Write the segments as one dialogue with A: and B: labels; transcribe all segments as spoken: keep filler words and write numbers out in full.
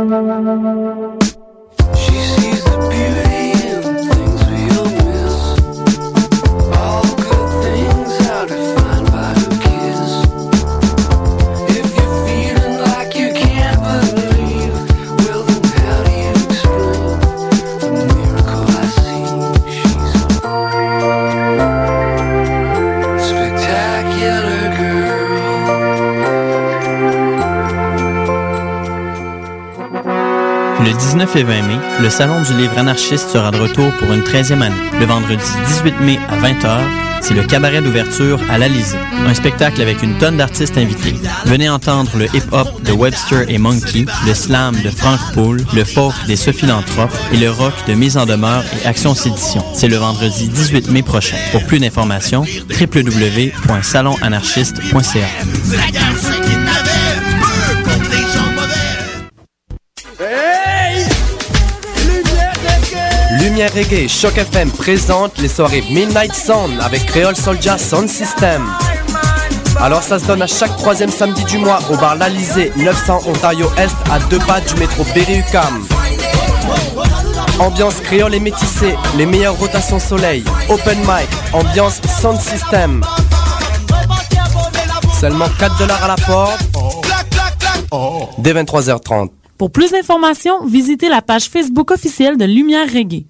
A: Le dix-neuf et vingt mai, le Salon du livre anarchiste sera de retour pour une treizième année. Le vendredi dix-huit mai à vingt heures, c'est le cabaret d'ouverture à l'Alizé. Un spectacle avec une tonne d'artistes invités. Venez entendre le hip-hop de Webster et Monkey, le slam de Frank Poole, le folk des Sophilanthropes et le rock de Mise en demeure et Action Sédition. C'est le vendredi dix-huit mai prochain. Pour plus d'informations, w w w point salon anarchiste point c a.
B: Lumière Reggae, Choc F M présente les soirées Midnight Sound avec Creole Soulja Sound System. Alors ça se donne à chaque troisième samedi du mois au bar L'Alizé, neuf cents Ontario Est, à deux pas du métro Berry-UQAM. Ambiance créole et métissée, les meilleures rotations soleil, open mic, ambiance sound system. Seulement quatre dollars à la porte, dès vingt-trois heures trente.
C: Pour plus d'informations, visitez la page Facebook officielle de Lumière Reggae.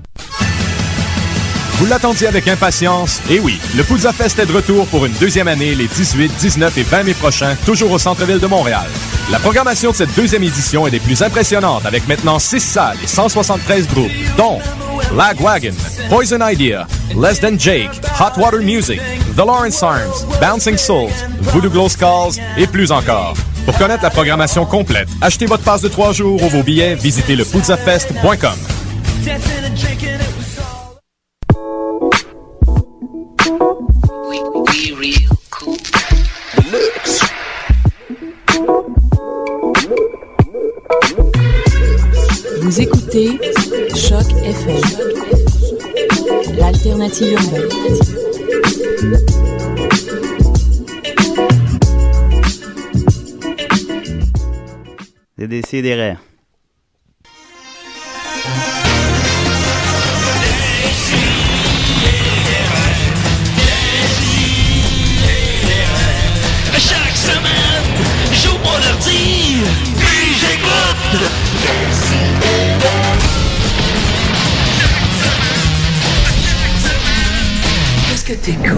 D: Vous l'attendiez avec impatience? Et oui, le Poudza Fest est de retour pour une deuxième année les dix-huit, dix-neuf et vingt mai prochains, toujours au centre-ville de Montréal. La programmation de cette deuxième édition est des plus impressionnantes avec maintenant six salles et cent soixante-treize groupes, dont Lagwagon, Poison Idea, Less Than Jake, Hot Water Music, The Lawrence Arms, Bouncing Souls, Voodoo Glow Skulls et plus encore. Pour connaître la programmation complète, achetez votre passe de trois jours ou vos billets, visitez le poudza fest point com.
E: Vous écoutez Choc F M, l'alternative urbaine.
F: C'est des sidérés.
G: Chaque semaine, j'ouvre mon ordi, puis j'écoute. Qu'est-ce que t'écoutes?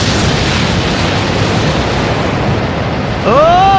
F: Oh!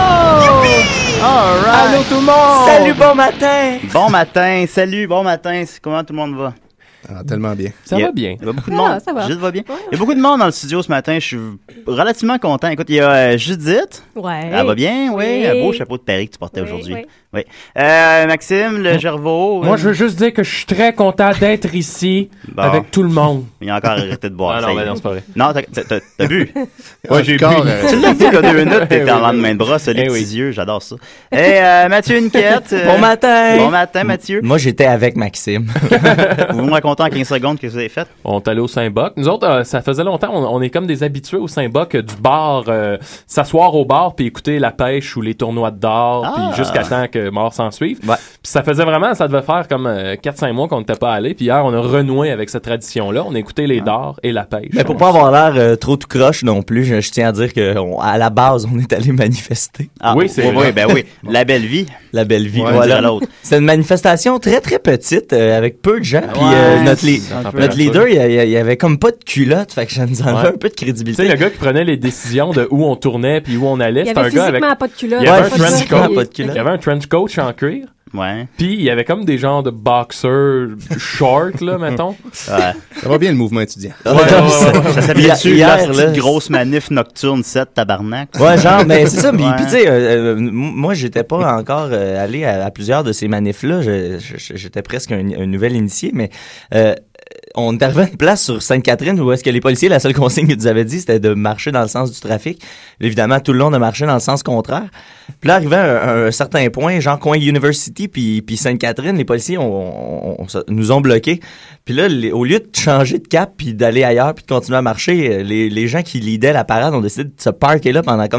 F: All right.
H: Allô tout le monde!
F: Salut, bon matin! Bon matin, salut, bon matin. Comment tout le monde va?
H: Ah, tellement bien.
I: Ça
F: il y a,
I: va bien.
F: Il y a beaucoup de
I: Ah,
F: monde.
I: ça va.
F: Juste va bien.
I: Ouais.
F: Il y a beaucoup de monde dans le studio ce matin. Je suis relativement content. Écoute, il y a euh, Judith.
C: Ouais.
F: Elle va bien, oui.
C: Oui.
F: Un beau chapeau de Paris que tu portais
C: Oui,
F: aujourd'hui.
C: oui.
F: Oui. Euh, Maxime, le Gervaux.
I: Moi,
F: euh,
I: je veux juste dire que je suis très content d'être ici
F: Bon.
I: avec tout le monde.
F: Il a encore arrêté de boire.
I: Ah non,
F: ça y
I: mais
F: est.
I: non, c'est pas vrai.
F: Non, t'as, t'as, t'as, t'as bu.
I: Ouais, j'ai bu.
F: Encore, euh, Tu l'as dit il y a deux minutes, t'es
I: Eh
F: en
I: oui,
F: lendemain de brosse, les
I: Eh
F: petits
I: oui.
F: yeux, j'adore ça. Et euh, Mathieu Niquette. euh,
J: Bon matin!
F: Bon matin, Mathieu.
J: Moi, j'étais avec Maxime.
F: Vous me racontez en quinze secondes ce que vous avez fait?
I: On est allé au Saint-Boc. Nous autres, euh, ça faisait longtemps, on, on est comme des habitués au Saint-Boc euh, du bar, euh, s'asseoir au bar puis écouter la pêche ou les tournois de dard,
F: Ah.
I: puis jusqu'à temps que mort s'en suive.
J: Ouais.
I: Puis ça faisait vraiment, ça devait faire comme euh, quatre cinq mois qu'on n'était pas allé. Puis hier, on a renoué avec cette tradition-là. On a écouté les dards et la pêche.
J: Mais pour pas avoir l'air euh, trop tout croche non plus, je, je tiens à dire qu'à la base, on est allé manifester.
F: Ah,
I: Oui, c'est
F: oui,
I: vrai.
F: oui, ben oui. La belle vie.
J: La belle vie.
F: Ouais,
J: Voilà.
F: dire l'autre.
J: C'est une manifestation très très petite euh, avec peu de gens. Puis
F: Ouais,
J: euh, notre, li-
F: c'est un peu
J: notre
F: la
J: leader, il y, a- il y avait comme pas de culotte, fait que ça nous enlevait
I: Ouais.
J: un peu de
I: Tu
J: crédibilité.
I: sais, le gars qui prenait les décisions de où on tournait puis où on allait,
K: Il y
I: c'était
K: avait
I: un gars avec...
K: physiquement pas de culotte.
I: Il y avait
J: Ouais,
I: un trench
J: physiquement
I: coat.
J: pas de culotte.
I: Il y avait un trench coat en cuir.
F: Ouais.
I: Puis il y avait comme des genres de boxers short, là, mettons.
F: Ouais.
H: Ça va bien le mouvement étudiant.
J: Ouais,
I: Ouais, ouais, ouais,
J: ça-
I: ouais.
F: Ça s'appelait
J: Hier-
F: dessus
J: hier,
F: la
J: là,
F: petite grosse manif nocturne sept tabarnak.
J: Ouais, genre, mais c'est ça. Puis,
F: Ouais.
J: puis tu sais, euh, euh, m- moi, j'étais pas encore euh, allé à, à plusieurs de ces manifs-là. Je- je- J'étais presque un, un nouvel initié, mais euh, on est arrivé à une place sur Sainte-Catherine où est-ce que les policiers, la seule consigne qu'ils nous avaient dit, c'était de marcher dans le sens du trafic. Évidemment, tout le long, on a marché dans le sens contraire. Puis là, arrivé à un, un certain point, genre coin University puis, puis Sainte-Catherine, les policiers ont, on- on- on- nous ont bloqués. Puis là, les- au lieu de changer de cap puis d'aller ailleurs puis de continuer à marcher, les, les gens qui leadaient la parade ont décidé de se parker là pendant comme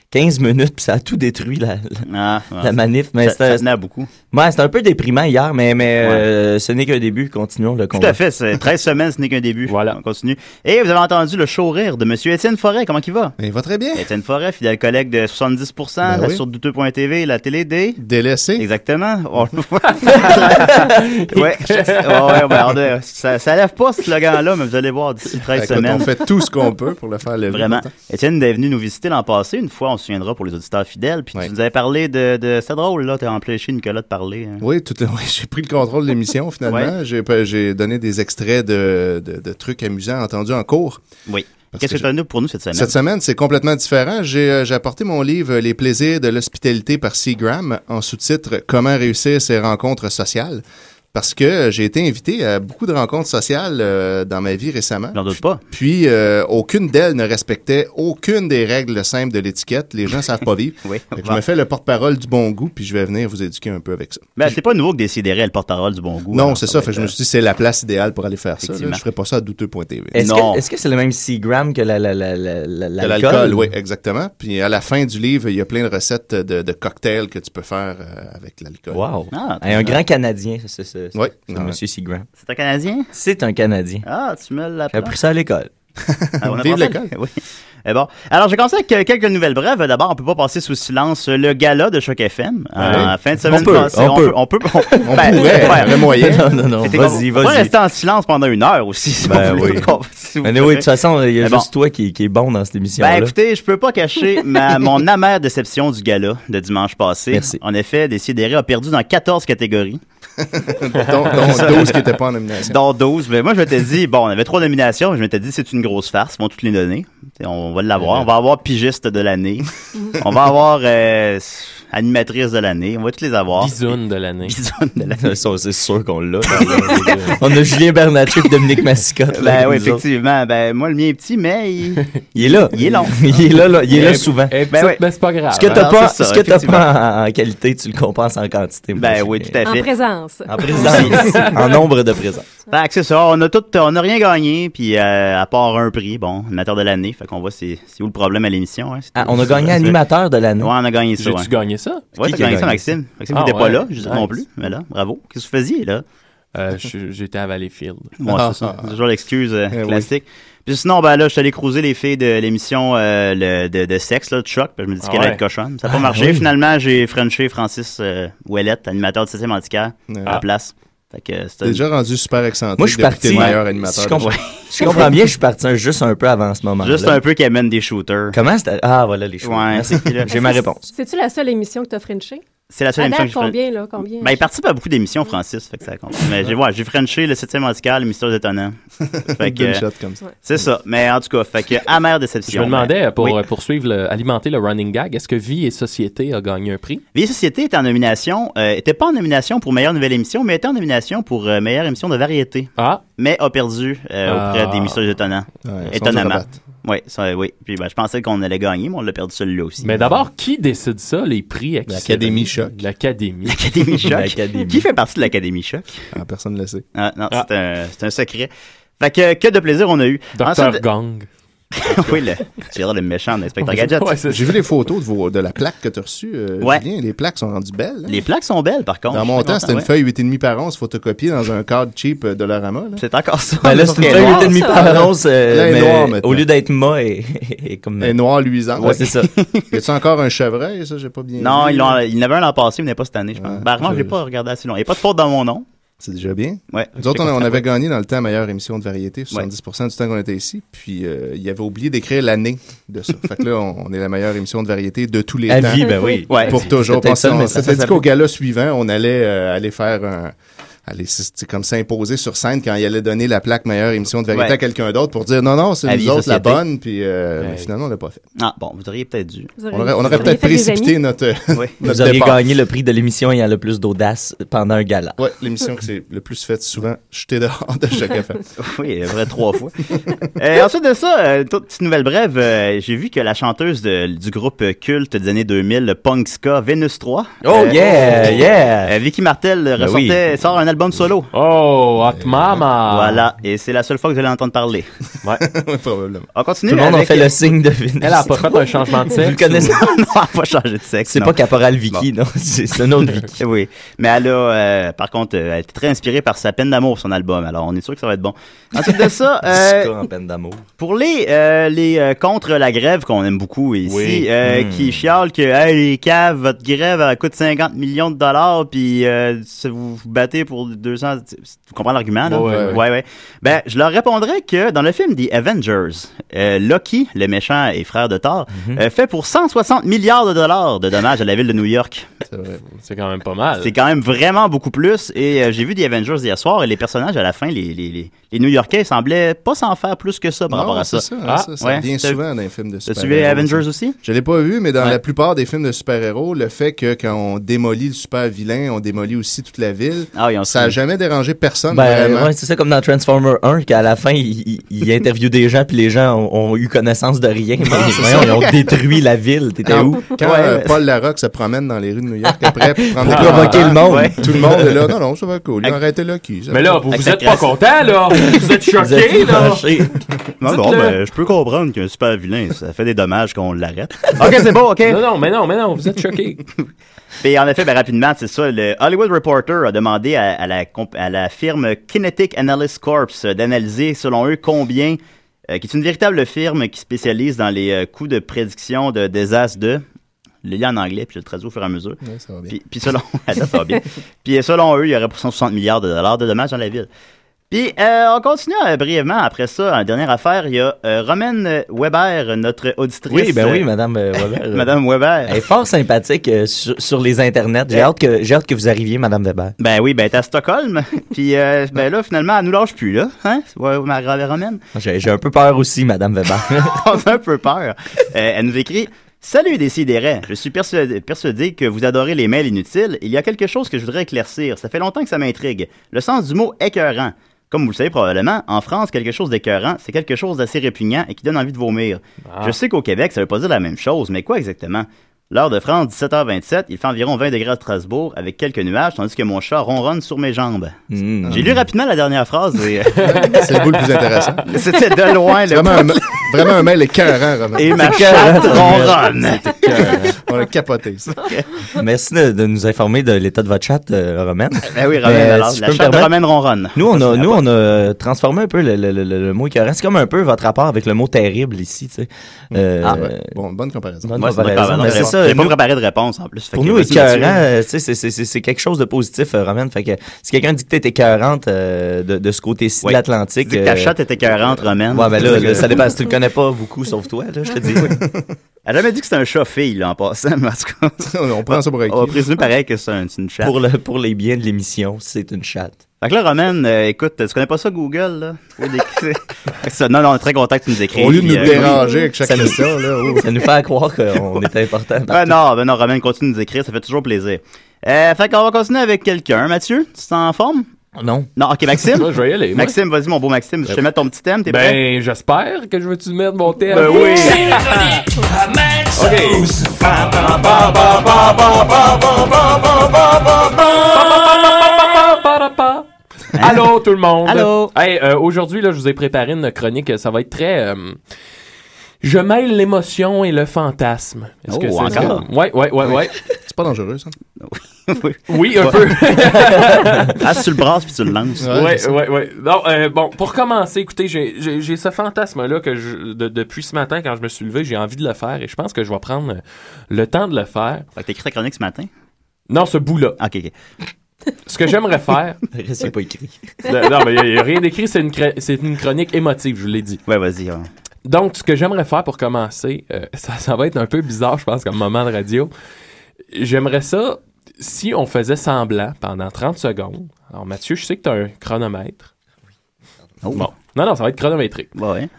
J: quinze minutes, puis ça a tout détruit, la, la,
F: ah,
J: la
F: ouais,
J: manif. Mais
F: ça,
J: c'était,
F: ça tenait à beaucoup.
J: Ouais, c'était un peu déprimant hier, mais, mais
F: Ouais.
J: euh, ce n'est qu'un début. Continuons le combat.
F: Tout à fait, c'est treize semaines, ce n'est qu'un début.
I: Voilà.
F: On continue. Et vous avez entendu le show rire de M. Étienne Forêt. Comment il va?
H: Il va très bien.
F: Étienne Forêt, fidèle collègue de soixante-dix pour cent
H: Ben oui.
F: sur douteux point t v, la télé des...
H: Délaissé.
F: Exactement. On le voit. ouais, je- ouais, ben, on a- ça, ça lève pas ce slogan-là, mais vous allez voir d'ici treize
H: Écoute,
F: semaines.
H: on fait tout ce qu'on peut pour le faire lever.
F: Vraiment. Étienne est venu nous visiter l'an passé, une fois, on se souviendra pour les auditeurs fidèles, puis
H: Ouais.
F: tu nous avais parlé de... de c'est drôle, là, t'as empêché Nicolas de parler. Hein.
H: Oui, tout, oui, j'ai pris le contrôle de l'émission finalement.
F: Ouais.
H: J'ai, j'ai donné des extraits de, de, de trucs amusants entendus en cours.
F: Oui.
H: Parce
F: Qu'est-ce
H: que
F: que tu as nous pour nous cette semaine?
H: Cette semaine, c'est complètement différent. J'ai, euh, j'ai apporté mon livre Les plaisirs de l'hospitalité par Seagram en sous-titre Comment réussir ses rencontres sociales. Parce que j'ai été invité à beaucoup de rencontres sociales euh, dans ma vie récemment.
F: J'en doute pas.
H: Puis, euh, aucune d'elles ne respectait aucune des règles simples de l'étiquette. Les gens savent pas vivre.
F: Oui.
H: Fait que je me fais le porte-parole du bon goût, puis je vais venir vous éduquer un peu avec ça.
F: Ben, c'est pas nouveau que Décideret le porte-parole du bon goût.
H: Non,
F: alors,
H: c'est
F: va
H: ça. Fait que
F: être,
H: je me suis dit, c'est la place idéale pour aller faire ça. Là.
F: Effectivement.
H: Je ferai pas ça à douteux point t v.
J: Est-ce
F: Non.
J: que, est-ce que c'est le même Seagram que la, la, la, la, la-
H: Que
J: l'alcool?
H: l'alcool, oui, exactement. Puis à la fin du livre, il y a plein de recettes de, de cocktails que tu peux faire euh, avec l'alcool.
J: Wow.
F: Ah,
J: Hey, un grand Canadien, c'est ça. C'est,
H: Oui.
J: c'est
H: Ouais.
J: Monsieur Seagram.
F: C'est un Canadien?
J: C'est un Canadien.
F: Ah, tu me
J: J'ai
F: l'apprends.
J: appris ça à l'école.
F: Ah, on a
H: Vive
F: pensé-
H: l'école.
F: Oui. Eh bon. Alors, j'ai commencé avec euh, quelques nouvelles brèves. D'abord, on peut pas passer sous silence le gala de Choc F M. En fin de semaine
J: On peut,
F: passée.
J: on peut.
F: On peut. On,
H: On
F: ben,
H: pourrait,
F: ouais.
H: il y aurait moyen.
J: Non, non, non.
F: C'était
J: Vas-y,
F: comme- On va
J: vas-y.
F: rester en silence pendant une heure aussi. si
J: Ben
F: vous voulez.
J: oui.
F: Si vous
J: Mais oui, de
F: préférez.
J: toute façon, il y a
F: Mais bon.
J: juste toi qui, qui est bon dans cette émission-là.
F: Ben écoutez, je peux pas cacher ma, mon amère déception du gala de dimanche passé.
J: Merci.
F: En effet, Décideret a perdu dans quatorze catégories,
H: dont, dont douze qui n'étaient pas en nomination.
F: dont douze. Mais moi, je m'étais dit, bon, on avait trois nominations. Je m'étais dit, c'est une grosse farce. Ils vont toutes les donner. T'sais, on va l'avoir. On va avoir pigiste de l'année. On va avoir euh, animatrice de l'année. On va toutes les avoir.
I: Bisoune de l'année.
F: Bisoune de l'année.
J: Ça, c'est sûr qu'on l'a. On a Julien Bernatchez et Dominique Mascotte. là,
F: Ben
J: avec
F: oui,
J: nous autres.
F: effectivement. Ben moi, le mien est petit, mais il,
J: Il est là.
F: il est long.
J: il est là, là. Il est là
I: Eh,
J: souvent.
I: eh,
F: Ben
I: petite,
F: ouais.
I: mais c'est pas grave.
J: Ce que
I: hein.
J: t'as
F: non,
J: pas,
F: c'est ça,
J: ce que t'as
F: effectivement.
J: pas en, en qualité, tu le compenses en quantité. Moi,
F: Ben
J: je-
F: oui, tout à
K: En
F: fait.
K: présence.
J: En présence. En nombre de présences.
F: Fait que c'est ça, on a tout, on a rien gagné, puis euh, à part un prix, bon, animateur de l'année, fait qu'on voit c'est, c'est où le problème à l'émission. Hein, c'est
J: Ah,
F: tout.
J: on a gagné
F: C'est-
J: animateur de l'année.
F: Ouais, on a gagné ça.
I: J'ai-tu
F: Ouais,
I: gagné ça?
F: ouais
J: Qui
F: t'as
J: qui a
F: gagné ça,
J: gagné
F: Maxime. Maxime
I: Ah,
F: n'était pas
I: ouais.
F: là, je dis non
I: Nice.
F: plus, mais là, bravo. Qu'est-ce que vous faisiez, là?
I: Euh, je- J'étais à Valleyfield.
F: Bon, c'est ça, c'est toujours l'excuse euh,
H: Eh oui.
F: classique. Puis sinon, ben là, je suis allé cruiser les filles de l'émission euh, le- de, de sexe, là, de choc, puis je me dis
I: Ah
F: qu'elle allait
I: ouais.
F: être cochonne. Ça n'a pas
J: Ah,
F: marché.
J: oui.
F: Finalement, j'ai frenché Francis euh, Ouellette, animateur de septième antiquaire,
H: Ouais.
F: à la place. Fait que c'était
H: T'es déjà rendu super excentrique.
J: Moi, je suis
H: depuis que t'es
J: parti-
H: le meilleur
J: Si
H: animateur.
J: je, comprends,
F: Ouais.
J: je comprends bien, je suis parti un- juste un peu avant ce moment-là.
F: juste un peu qui amène des shooters.
J: Comment c'était? Ah, voilà les choses.
F: Ouais.
J: Merci.
F: Puis là,
J: J'ai ma réponse.
K: C'est-tu la seule émission que t'as frenché?
F: C'est la seule
K: À
F: émission
K: date,
F: que je fais.
K: combien, là? Combien?
F: Ben, il participe à beaucoup d'émissions, Francis, fait que ça compte. Mais j'ai, ouais, j'ai frenché le septième antiquaire, le mystère étonnant. Fait que,
H: D'une shot comme ça.
F: c'est ça. Mais en tout cas, fait que, amère déception.
I: Je me demandais,
F: Ben,
I: pour
F: oui.
I: euh, poursuivre, le- alimenter le running gag, est-ce que Vie et Société a gagné un prix?
F: Vie et Société était en nomination, euh, était pas en nomination pour meilleure nouvelle émission, mais était en nomination pour euh, meilleure émission de variété.
I: Ah,
F: Mais a perdu euh, auprès
I: Ah.
F: des mystères étonnants.
H: Ouais, ils sont
F: Étonnamment.
H: durs à battre.
F: Oui, ça, oui. Puis ben, je pensais qu'on allait gagner, mais on l'a perdu celui-là aussi.
I: mais d'abord, qui décide ça, les prix? à qui
H: L'Académie
I: c'est
H: Choc.
I: donné? L'Académie.
F: L'Académie Choc.
J: L'Académie.
F: Qui fait partie de l'Académie Choc?
H: Ah, personne ne le sait.
F: Ah, non,
I: Ah.
F: c'est, un, c'est un secret. Fait que, que de plaisir on a eu.
I: Docteur
F: Ensuite-
I: Gang.
F: oui, le, tu verras le méchant d'inspecteur Gadget.
I: Ouais, c'est
H: J'ai vu les photos de, vos, de la plaque que tu as reçue. Euh,
F: Ouais.
H: Julien. Les plaques sont rendues belles. hein?
F: Les plaques sont belles, par contre.
H: Dans
F: Je
H: mon
F: suis
H: temps,
F: content,
H: c'était une
F: ouais.
H: feuille huit virgule cinq par onze photocopiée dans un cadre cheap euh, Dollarama. Là.
F: C'est encore ça.
J: Ben là, c'est une
F: Sauf
J: feuille
F: qu'elle est
J: huit et demi
F: noire.
J: par onze, euh,
H: Là, elle est
J: mais
H: noire, maintenant.
J: au lieu d'être mat et, et comme...
H: Elle est noire luisante.
J: Ouais, c'est ça.
H: Y a-tu encore un chevreuil, ça? J'ai pas bien
F: Non,
H: vu,
F: ils
H: là.
F: l'ont, il y en avait un l'an passé, mais pas cette année, je pense.
H: Ouais,
F: ben, vraiment, je l'ai
H: je-
F: pas regardé assez long. Il n'y a pas de faute dans mon nom.
H: C'est déjà bien.
F: Ouais.
H: Nous autres, on,
F: J'étais
H: on
F: content,
H: avait
F: ouais.
H: gagné dans le temps meilleure émission de variété, soixante-dix pour cent du temps qu'on était ici. Puis, euh, il avait oublié d'écrire l'année de ça. Fait que là, on, on est la meilleure émission de variété de tous les
J: À
H: temps.
J: vie, ben oui.
F: Ouais.
H: Pour
J: C'est
H: toujours.
J: peut-être
H: Parce
J: ça,
H: qu'on
J: mais ça,
H: s'était
J: ça
H: dit qu'au gala suivant, on allait euh, aller faire un... Aller c'est c'est comme s'imposer sur scène quand il allait donner la plaque meilleure émission de variété
F: Ouais.
H: à quelqu'un d'autre pour dire non, non, c'est
F: Avis
H: nous autres la
F: société.
H: bonne. Puis euh,
I: Ouais.
H: mais finalement, on l'a pas fait.
F: Ah, bon, vous auriez peut-être dû.
K: Vous aurez-
H: On aurait, on
K: vous
H: aurait
K: auriez
H: peut-être
K: fait des
H: précipité
K: amis.
H: notre,
F: Oui.
H: notre
J: Vous auriez
H: départ.
J: gagné le prix de l'émission ayant le plus d'audace pendant un gala.
H: Ouais, l'émission que c'est le plus faite souvent, jeté dehors de chaque affaire.
F: Oui, vrai trois fois. Euh, ensuite de ça, euh, toute petite nouvelle brève, euh, j'ai vu que la chanteuse de- du groupe culte des années deux mille, le punk ska Vénus trois,
J: Oh
F: euh,
J: yeah, yeah!
F: euh, Vicky Martel
J: Ben
F: ressortait, sort un album album solo.
I: Oh, Hot Mama!
F: Voilà, et c'est la seule fois que vous allez entendre parler.
I: Ouais.
H: Oui, probablement.
F: On continue
J: Tout le monde
F: avec...
J: a fait le signe de Vénus.
I: Elle a pas fait un changement de sexe.
J: Vous le connaissez?
F: non, elle n'a pas changé de sexe.
J: C'est
F: non.
J: pas Caporal Vicky, bon. non. C'est, c'est un autre Vicky.
F: Oui, mais elle a, euh, par contre, euh, elle était très inspirée par sa peine d'amour, son album. Alors, on est sûr que ça va être bon. Ensuite de ça, euh,
J: Ska en peine d'amour.
F: pour les euh, les euh, contre la grève qu'on aime beaucoup ici,
J: Oui.
F: euh,
J: Mm.
F: qui chialent que hey, les caves, votre grève elle coûte cinquante millions de dollars, puis euh, si vous vous battez pour deux cents, tu comprends l'argument là?
I: Ouais, ouais,
F: ouais, ouais. Ben, je leur répondrais que dans le film The Avengers, euh, Loki, le méchant et frère de Thor,
J: Mm-hmm.
F: euh, fait pour cent soixante milliards de dollars de dommages à la ville de New York.
H: C'est vrai.
I: C'est quand même pas mal.
F: C'est quand même vraiment beaucoup plus. Et euh, j'ai vu The Avengers hier soir et les personnages à la fin, les, les, les, les New-Yorkais semblaient pas s'en faire plus que ça par
H: Non,
F: rapport à
H: c'est
F: ça.
H: ça,
F: Ah,
H: ça, ça
F: ouais.
H: revient
F: T'as-
H: souvent dans les films de
F: T'as-tu
H: super-héros.
F: vu Avengers aussi?
H: Je l'ai pas vu, mais dans
F: Ouais.
H: la plupart des films de super-héros, le fait que quand on démolit le super-vilain, on démolit aussi toute la ville,
F: Ah, oui, on
H: ça a jamais dérangé personne,
J: Ben,
H: vraiment.
J: ouais, c'est ça comme dans Transformer un, qu'à la fin, il, il, il interview des gens, puis les gens ont, ont eu connaissance de rien. Mais
H: c'est
J: voyons,
H: ça.
J: ils ont détruit la ville. T'étais
H: Quand,
J: où?
H: quand
F: Ouais,
H: euh,
F: ouais.
H: Paul Larocque se promène dans les rues de New York après pour prendre des
J: Pour provoquer le monde.
F: Ouais.
H: tout le monde est là. Non, non, ça va cool. Arrêtez là qui.
I: Mais là, vous,
F: Avec
I: vous
F: sa
I: êtes pas
F: crasse.
I: content, là? Vous êtes
J: Vous êtes
I: choqués, là?
J: fâchés.
F: Non,
I: Dites-le.
F: non, ben, je peux comprendre qu'un super vilain, ça fait des dommages qu'on l'arrête. OK, c'est bon, OK.
I: Non, non, mais non, mais non, vous êtes choqués.
F: Et en effet, ben, rapidement, c'est ça, le Hollywood Reporter a demandé à, à, la, comp- à la firme Kinetic Analyst Corp euh, d'analyser, selon eux, combien, euh, qui est une véritable firme qui spécialise dans les euh, coûts de prédiction de désastres de... Je l'ai lu en anglais, puis je le traduis au fur et à mesure.
H: Ouais, ça va bien.
F: Puis, puis selon... Ah, ça va bien. Puis selon eux, il y aurait pour cent soixante milliards de dollars de dommages dans la ville. Puis, euh, on continue euh, brièvement. Après ça, en dernière affaire, il y a euh, Romaine Weber, notre auditrice.
J: Oui, ben oui,
F: euh,
J: Madame euh, Weber.
F: Madame Weber.
J: Elle est fort sympathique euh, sur, sur les internets. J'ai
F: Ouais.
J: hâte que j'ai hâte que vous arriviez, Madame Weber.
F: Ben oui, ben t'es à Stockholm. Puis, euh, ben là, finalement, elle nous lâche plus, là. Hein? Ouais, ma grave Romaine.
J: J'ai, j'ai un peu peur aussi, Madame Weber.
F: On a un peu peur. Euh, elle nous écrit... Salut Décidérés, je suis persuadé, persuadé que vous adorez les mails inutiles. Il y a quelque chose que je voudrais éclaircir. Ça fait longtemps que ça m'intrigue. Le sens du mot écœurant. Comme vous le savez probablement, en France, quelque chose d'écœurant, c'est quelque chose d'assez répugnant et qui donne envie de vomir.
I: Ah.
F: Je sais qu'au Québec, ça veut pas dire la même chose, mais quoi exactement? L'heure de France, dix-sept heures vingt-sept, il fait environ vingt degrés à Strasbourg avec quelques nuages, tandis que mon chat ronronne sur mes jambes.
J: Mm.
F: J'ai lu rapidement la dernière phrase et...
H: C'est le bout le plus intéressant.
F: C'était de loin
H: C'est
F: le
H: vraiment un, ma- vraiment un mail écœurant, Romain.
F: Et ma
J: C'est
F: chatte
J: écœurant.
F: ronronne.
H: On a capoté ça.
J: Merci de, de nous informer de l'état de votre chat, euh, Romaine.
F: Ben oui, Romaine,
J: Euh,
F: alors,
J: si je
F: la
J: peux me
F: chatte de
J: permettre-
F: Romaine ronronne.
J: Nous, on
F: Ça,
J: a,
F: je
J: nous,
F: savais
J: on a transformé un peu le, le, le, le mot écœurant. C'est comme un peu votre rapport avec le mot terrible ici, tu sais. Euh,
F: Ah,
H: Ouais. Bon, bonne comparaison.
J: bonne
F: pas. Ouais, c'est
J: comparaison.
F: d'accord,
J: Mais
F: d'accord.
J: c'est ça.
F: J'ai pas
J: nous-
F: préparé de réponse en plus. Fait
J: Pour
F: que
J: nous,
F: vas-y,
J: écœurant,
F: Mathieu.
J: euh, tu sais, c'est, c'est, c'est, c'est quelque chose de positif, euh, Romaine. Fait que si quelqu'un dit que t'es écœurante euh, de, de ce côté-ci
F: Oui.
J: de l'Atlantique.
F: Tu dis que ta
J: euh,
F: chatte était écœurante, Romaine.
J: Ouais, ben là, là, ça dépend. Si tu le connais pas beaucoup, sauf toi, là, je te dis.
F: Elle a jamais dit que c'était un chat-fille, là, en passant, mais en tout cas.
H: On prend ça pour acquis.
F: On va présumer pareil que c'est un- c'est une chatte.
J: pour, le, pour les biens de l'émission, c'est une chatte.
F: Fait que là, Romaine, euh, écoute, tu connais pas ça, Google, là? Faut décrire- ça, non, non, on est très content que tu nous écrives.
H: Au lieu de nous
F: puis, euh,
H: déranger avec chaque
J: Ça nous-
H: question, là. oh.
J: Ça nous fait croire qu'on est important.
F: Ben non, ben non, Romaine, continue de nous écrire, ça fait toujours plaisir. Euh, fait qu'on va continuer avec quelqu'un. Mathieu, tu t'es en forme?
J: Non.
F: Non, ok, Maxime.
I: Moi, je vais y aller. moi.
F: Maxime, vas-y, mon beau Maxime, je te mets ton petit thème, t'es prêt?
I: Ben, j'espère que je veux-tu mettre mon thème.
F: Ben oui.
I: OK. Allô tout le monde.
F: Allô.
I: Hey, euh, aujourd'hui là, je vous ai préparé une chronique. Ça va être très. euh, je mêle l'émotion et le fantasme. Est-ce
F: Oh,
I: que c'est
F: encore?
I: Ouais, ouais, ouais, ouais.
H: C'est pas dangereux, ça.
F: Oui.
I: Oui, un peu.
F: Ah, si tu le brasses puis tu le lances.
H: Ouais,
I: Ouais,
H: c'est ça.
I: ouais, ouais. Non, euh, bon, pour commencer, écoutez, j'ai, j'ai, j'ai ce fantasme-là que je, de- depuis ce matin, quand je me suis levé, j'ai envie de le faire et je pense que je vais prendre euh, le temps de le faire.
F: Fait que t'as écrit ta chronique ce matin?
I: Non, ce bout-là.
F: Ok, ok.
I: Ce que j'aimerais faire.
J: Le reste, c'est pas écrit.
I: Non, non, mais il n'y a, rien d'écrit, c'est une, cra- c'est une chronique émotive, je vous l'ai dit.
F: Ouais, vas-y. ouais.
I: Donc, ce que j'aimerais faire pour commencer, euh, ça, ça va être un peu bizarre, je pense, comme moment de radio. J'aimerais ça, si on faisait semblant pendant trente secondes. Alors, Mathieu, je sais que tu as un chronomètre.
F: Oh.
I: Bon. Non, non, ça va être chronométrique.
F: Ouais, ouais.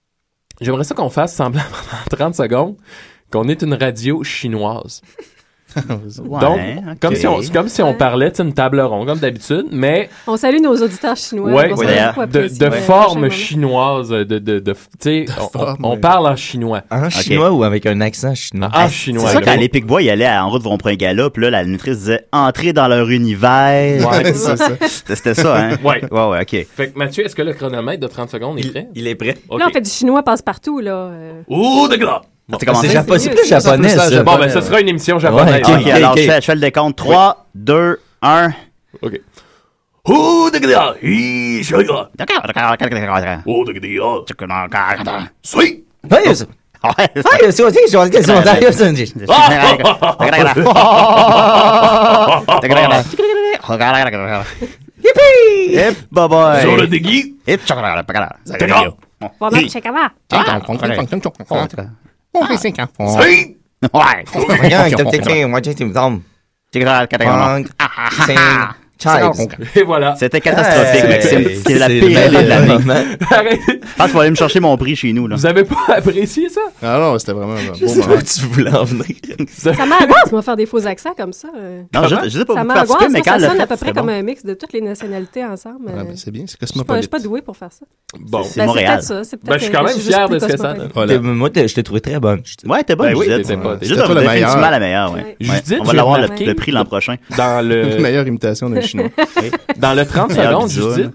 I: J'aimerais ça qu'on fasse semblant pendant trente secondes qu'on est une radio chinoise. Donc, okay. comme, si on, comme si on parlait de une table ronde, comme d'habitude, mais...
K: On salue nos auditeurs chinois.
I: Ouais,
K: on
I: ouais, de, de ouais. forme chinoise, de, de, de, de tu sais, on, forme, on ouais. parle en chinois.
J: En okay. chinois ou avec un accent chinois?
I: En chinois.
F: C'est ça qu'à l'Epic Boy, il allait en route pour un gala, puis là, la nutrice disait « Entrez dans leur univers ».
I: Ouais, c'est ça.
F: C'était ça, hein?
I: Ouais.
F: Ouais, ouais, OK.
I: Fait que Mathieu, est-ce que le chronomètre de trente secondes est prêt?
J: Il, il est prêt.
K: Okay. Là, on fait du chinois passe-partout, là.
I: Ouh, de glas!
J: Bon, c'est japonais, c'est plus japonais, ça.
I: ça. Bon, ben, ce sera une émission japonaise.
F: Ouais, OK, okay, alors okay. Je, fais, je fais le décompte. trois, deux, un.
I: OK.
G: Oh, de gars, hi, je gars. Oh, de gars. Sweet.
J: Ouais, c'est Ouais, c'est aussi, je vois que c'est mon taille, c'est un dit.
F: Yippee! Hip, bye bye.
G: Sur le dégui.
F: Hip, chocolat, chocolat.
K: Pendant chez Kava.
G: On fait cinq ans. Oui.
F: Ouais.
I: Et voilà.
F: C'était catastrophique, ah, Maxime. C'est la pire année de l'année. Je pense qu'il faut aller me chercher mon prix chez nous. Là.
I: Vous avez pas apprécié ça?
H: Ah non, c'était vraiment un
J: beau moment. Tu voulais en venir.
K: Ça m'angoisse, moi, faire des faux accents comme ça.
F: Non, je, je sais pas
K: ça m'angoisse, mais ça sonne à peu près comme un mix de toutes les nationalités ensemble.
H: Ah, ben c'est bien, c'est
K: cosmopolite. Je suis pas douée pour faire ça.
I: Bon,
F: c'est Montréal.
K: C'est peut-être ça.
I: Ben, je suis quand même fier de ce que ça donne.
J: Moi, je t'ai trouvé très bonne.
F: Ouais, t'es bonne.
I: Oui,
F: t'étais pas. Juste définitivement la meilleure. On va l'avoir le prix l'an prochain.
I: Dans le
H: meilleure imitation d'un chinois.
I: Dans le trente secondes, Judith,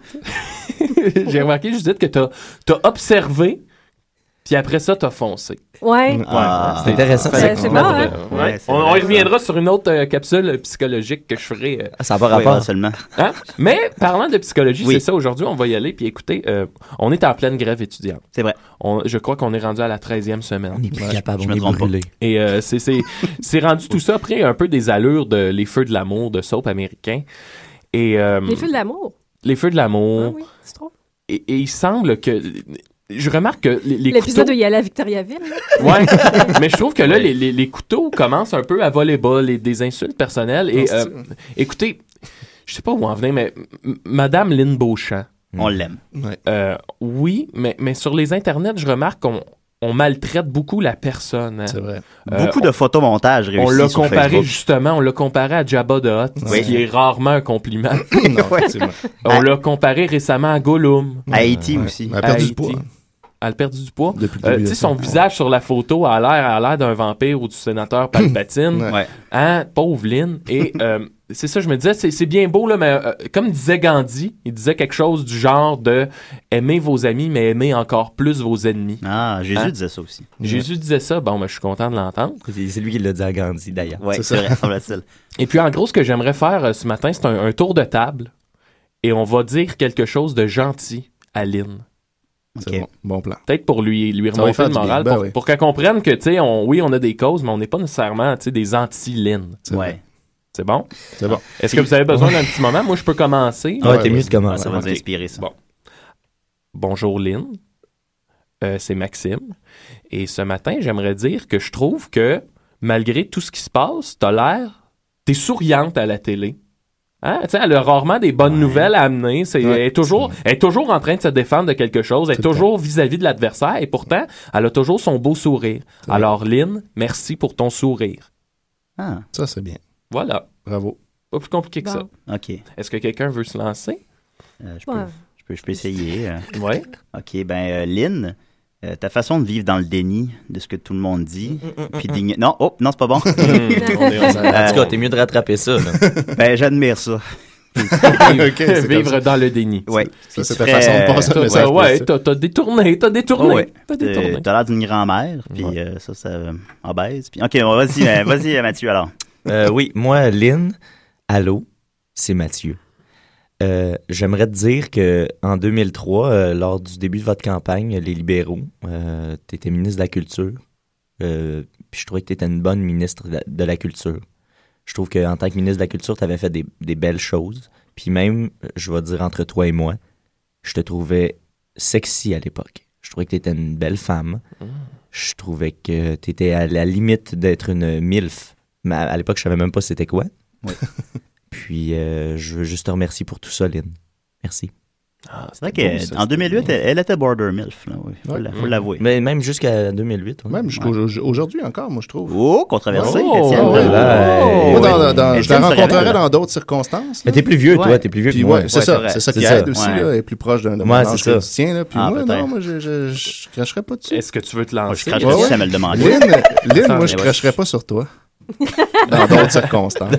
I: j'ai remarqué, Judith, que t'as, t'as observé, puis après ça, t'as foncé.
K: Ouais.
J: Ah, c'est intéressant.
K: C'est, c'est bon, hein?
I: Ouais. Ouais, c'est on, on y reviendra sur une autre euh, capsule psychologique que je ferai. Euh,
J: ah, ça va rapport
F: oui, seulement.
I: Hein? Mais parlant de psychologie,
F: oui.
I: c'est ça, aujourd'hui, on va y aller. Puis écoutez, euh, on est en pleine grève étudiante.
F: C'est vrai.
I: On, je crois qu'on est rendu à la treizième semaine.
J: On est plus ouais, capable,
F: je
J: on
F: est
J: brûlé.
I: Et euh, c'est, c'est, c'est rendu tout ça après un peu des allures de Les Feux de l'amour de soap américain. Et, euh,
K: les Feux de l'amour.
I: Les Feux de l'amour.
K: Ah oui, c'est trop.
I: Et, et il semble que... Je remarque que les, les
K: L'épisode
I: couteaux...
K: où il y allait à Victoriaville.
I: Ouais, mais je trouve que là, les, les, les couteaux commencent un peu à voler bas, les, des insultes personnelles. Et euh, écoutez, je sais pas où en venir, mais m- Madame Lynn Beauchamp...
F: On l'aime.
H: Ouais.
I: Euh, oui, mais, mais sur les internets, je remarque qu'on on maltraite beaucoup la personne. Hein.
H: C'est vrai.
F: Euh, beaucoup de photomontages réussis.
I: On l'a
F: sur
I: comparé
F: Facebook.
I: justement, on l'a comparé à Jabba the Hutt,
F: oui.
I: ce qui est rarement un compliment.
H: Non, ouais. c'est vrai.
I: On à... l'a comparé récemment à Gollum.
F: À Haïti ouais. aussi.
H: Elle a perdu du poids.
I: Elle a perdu du poids.
H: Depuis
I: euh, tu sais, son visage sur la photo a l'air, a l'air d'un vampire ou du sénateur Palpatine.
F: ouais.
I: Hein, pauvre Lynn. Et euh, c'est ça, je me disais, c'est, c'est bien beau, là, mais euh, comme disait Gandhi, il disait quelque chose du genre de « Aimez vos amis, mais aimez encore plus vos ennemis ».
F: Ah, Jésus
I: hein?
F: disait ça aussi.
I: Jésus ouais. disait ça. Bon, ben, je suis content de l'entendre.
J: C'est, c'est lui qui l'a dit à Gandhi, d'ailleurs.
F: Ouais,
J: c'est,
F: c'est vrai, semble-t-il.
I: Et puis, en gros, ce que j'aimerais faire euh, ce matin, c'est un, un tour de table. Et on va dire quelque chose de gentil à Lynn.
H: C'est
F: okay.
H: bon, bon plan.
I: Peut-être pour lui, lui remonter le moral, ben pour, oui. pour qu'elle comprenne que, tu sais, on, oui, on a des causes, mais on n'est pas nécessairement, tu sais, des anti-Lynn.
F: C'est ouais.
I: C'est bon?
H: C'est bon.
I: Est-ce que vous avez besoin d'un petit moment? Moi, je peux commencer.
J: Ah, ouais, t'es mieux de commencer.
F: Ça va nous inspirer, ça.
I: Bon. Bonjour, Lynn. Euh, c'est Maxime. Et ce matin, j'aimerais dire que je trouve que, malgré tout ce qui se passe, t'as l'air... T'es souriante à la télé. Hein? Elle a rarement des bonnes ouais. nouvelles à amener. C'est, ouais, elle, est toujours, elle est toujours en train de se défendre de quelque chose. Elle est toujours vis-à-vis de l'adversaire. Et pourtant, elle a toujours son beau sourire. C'est Alors, vrai. Lynn, merci pour ton sourire.
H: Ah, ça, c'est bien.
I: Voilà.
H: Bravo.
I: Pas plus compliqué que
K: bon.
I: ça.
F: OK.
I: Est-ce que quelqu'un veut se lancer?
F: Euh, je, peux, ouais. je, peux, je peux essayer. Euh.
I: Oui.
F: OK. Ben, euh, Lynn, euh, ta façon de vivre dans le déni de ce que tout le monde dit, puis d'ign... Non, oh, non, c'est pas bon.
J: on est, en tout cas, t'es mieux de rattraper ça. Là.
F: Ben, j'admire ça.
I: okay, vivre dans le déni.
F: Oui.
H: Ça, c'est ta façon de passer le message.
I: Ouais, t'as, t'as détourné, t'as détourné.
F: Oh, ouais.
I: T'as détourné.
F: Euh, t'as l'air d'une grand-mère, puis ouais. euh, ça, ça euh, en baise. Puis, OK, bon, vas-y, euh, vas-y, Mathieu, alors.
J: Euh, oui, moi, Lynn, allô, c'est Mathieu. Euh, j'aimerais te dire qu'en deux mille trois, euh, lors du début de votre campagne, les libéraux, euh, tu étais ministre de la Culture. Euh, puis je trouvais que tu étais une bonne ministre de la, de la Culture. Je trouve qu'en tant que ministre de la Culture, tu avais fait des, des belles choses. Puis même, je vais dire entre toi et moi, je te trouvais sexy à l'époque. Je trouvais que tu étais une belle femme. Mm. Je trouvais que tu étais à la limite d'être une MILF. Mais à, à l'époque, je savais même pas c'était quoi.
F: Oui.
J: Puis, euh, je veux juste te remercier pour tout ça, Lynn. Merci.
I: Ah,
F: c'est vrai qu'en deux mille huit, elle, elle était border milf. Là, oui. Faut,
H: Ouais.
F: la- faut l'avouer.
J: Mais même jusqu'à deux mille huit. Ouais.
H: Même jusqu'aujourd'hui encore, moi, je trouve.
F: Oh, controversé,
H: Oh,
F: Étienne.
H: ouais, ouais.
J: Ouais.
H: Moi, dans, dans, dans, je la
F: Étienne se
H: rencontrerais
F: révèle.
H: dans d'autres circonstances.
J: Mais t'es plus vieux, toi,
F: Ouais.
J: t'es plus vieux
H: Puis
J: que moi.
H: ouais, c'est
F: Ouais,
H: ça,
F: c'est vrai.
H: c'est ça qui
F: C'est
H: aide
F: ça,
H: aussi,
F: ouais.
H: là, est plus proche d'un de mon
J: Ouais,
H: âge
J: c'est
H: que
J: ça.
H: du tien, là. Puis
F: Ah,
H: moi,
F: peut-être.
H: non, moi, je, je, je cracherais pas dessus.
I: Est-ce que tu veux te
F: Moi,
I: lancer?
F: je crache
H: Ouais,
F: dessus,
H: ouais.
F: ça me le demande.
H: Lynn, Lynn,
I: Attends,
H: moi, je
F: mais ouais.
H: cracherais pas sur toi. Dans d'autres circonstances.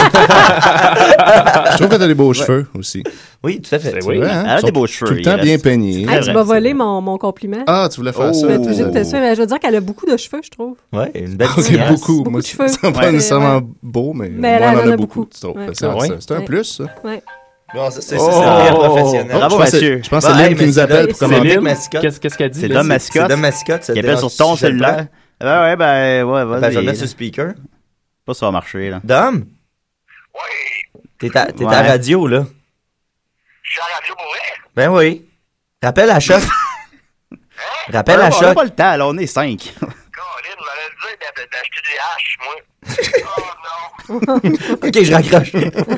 H: Je trouve que t'as des beaux cheveux aussi.
J: Oui, tout à fait.
I: C'est oui.
H: Ouais, hein?
F: Elle a
H: Ils
F: des
H: sont
F: beaux cheveux.
H: Tout le
F: il
H: temps
F: reste-
H: bien peignés.
F: Très
K: Hey, tu
F: vrai,
K: m'as
F: c'est
K: volé mon, mon compliment.
H: Ah, tu voulais faire
F: Oh.
H: ça.
K: Mais obligé de te
H: Oh.
K: suivre. Je veux dire qu'elle a beaucoup de cheveux, je trouve.
J: Ouais, une belle
H: Ok,
J: petite
H: beaucoup.
K: Beaucoup
H: Moi,
K: de cheveux.
H: c'est pas
K: Ouais.
H: nécessairement
K: Ouais.
H: beau, mais,
K: Mais
H: moi,
K: elle
H: on
K: en
H: en
K: a
H: a beaucoup.
K: beaucoup.
H: tu trouves.
K: Ouais.
H: C'est
I: Ah ouais?
H: c'est un
K: Ouais.
H: plus, ça.
K: Ouais.
J: Bon, ça, c'est
I: Oh.
J: très professionnel.
F: Bravo,
H: je pense que-
F: Mathieu.
H: Je pense que
J: Bah,
H: c'est
J: hey,
H: Lynn qui
J: mais
H: nous
J: c'est
H: appelle
J: de-
H: pour
J: c'est
H: commenter.
J: Lynn.
I: Céline,
J: mascotte.
I: qu'est-ce qu'est-ce qu'elle dit?
F: C'est
I: Lynn?
F: Dom Mascotte.
J: C'est Dom Mascotte. ça
F: Qui
J: te
F: appelle
J: dérange-
F: sur ton
J: je sais pas.
F: cellulaire. Ben ouais, ben, ouais, vas-y.
J: Ben, je vais le mettre sur le speaker.
F: Pas si ça va marcher, là.
J: Dom?
G: Oui,
J: T'es à, t'es
F: Ouais.
J: à la radio, là.
G: je suis à la radio pour vrai.
J: Ben oui. Rappelle à Choc. Rappelle à
F: on a
J: Choc.
F: pas le temps, là, on est cinq.
G: Colin m'avait dit d'a- d'acheter des haches, moi. Oh non.
J: Ok, je raccroche.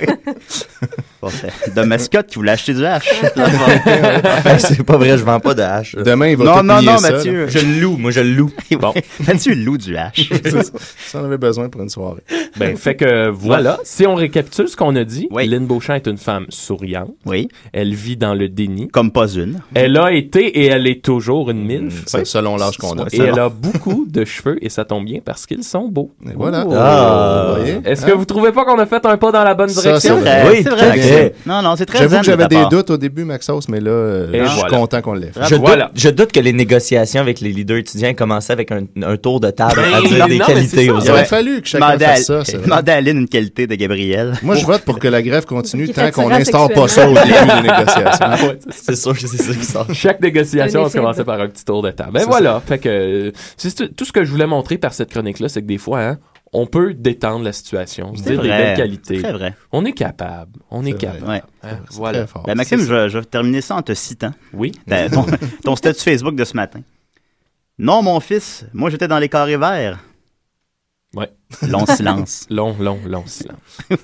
F: Bon, c'est de mascotte qui voulait acheter du hache.
J: Ben, c'est pas vrai, je vends pas de hache.
H: Demain, il va
F: Non,
H: tout
F: non,
H: plier
F: non,
H: ça,
F: Mathieu.
J: Je le loue, moi je le loue.
F: Bon. Mathieu loue du hache.
H: là. Ça, on avait besoin pour une soirée.
I: Ben, fait que voilà. Si on récapitule ce qu'on a dit,
F: Oui.
I: Lynn Beauchamp est une femme souriante.
F: Oui,
I: Elle vit dans le déni.
F: comme pas une.
I: Elle a été et elle est toujours une milf.
H: C'est selon l'âge qu'on a.
I: Et elle a beaucoup de cheveux et ça tombe bien parce qu'ils sont beaux.
H: Et voilà.
J: Ah.
H: Vous voyez?
I: Est-ce que vous trouvez pas qu'on a fait un pas dans la bonne
H: Ça,
I: direction?
H: c'est vrai.
F: Euh,
J: Oui,
F: c'est
J: tout
F: vrai,
J: à fait.
F: Maxime. Non, non, c'est très
H: J'avoue
F: zen
H: que
F: de
H: j'avais
F: ta
H: des
F: part.
H: doutes au début, Maxos, mais là, euh,
I: Et
H: je suis
I: voilà.
H: content qu'on l'ait fait.
J: Je,
I: Voilà.
J: doute, je doute que les négociations avec les leaders étudiants commençaient avec un, un tour de table
I: Ben,
J: à dire
I: non,
J: des
I: mais c'est
J: qualités
I: ça.
J: aux
H: Il aurait
J: autres.
H: fallu que chacun
F: Demandez à,
H: fasse ça. c'est vrai.
F: demandez à Lynn une qualité de Gabriel.
H: Moi, je vote pour que la grève continue
K: Qui
H: tant
K: est
H: qu'on
K: attirant
H: n'instaure pas ça au
K: sexuellement.
H: début des négociations.
I: Ouais, c'est ça.
J: C'est sûr que c'est ça qui sort.
I: Chaque négociation, on
K: Un
I: se commençait
K: effet.
I: par un petit tour de table. Ben
H: C'est
I: voilà. Fait que euh, c'est tout tout ce que je voulais montrer par cette chronique-là, c'est que des fois, hein, on peut détendre la situation, se
F: C'est
I: dire des
F: vrai.
I: belles qualités.
F: Très vrai.
I: On est capable. On est,
H: C'est
I: capable.
H: vrai.
F: Ouais.
I: Hein,
H: C'est
I: voilà.
H: très fort.
F: Ben, Maxime, je, vais- je vais terminer ça en te citant.
I: Oui.
F: Ta- Ton, ton statut Facebook de ce matin. Non, mon fils, moi j'étais dans les carrés verts.
I: Ouais.
F: Long silence.
I: Long, long, long silence.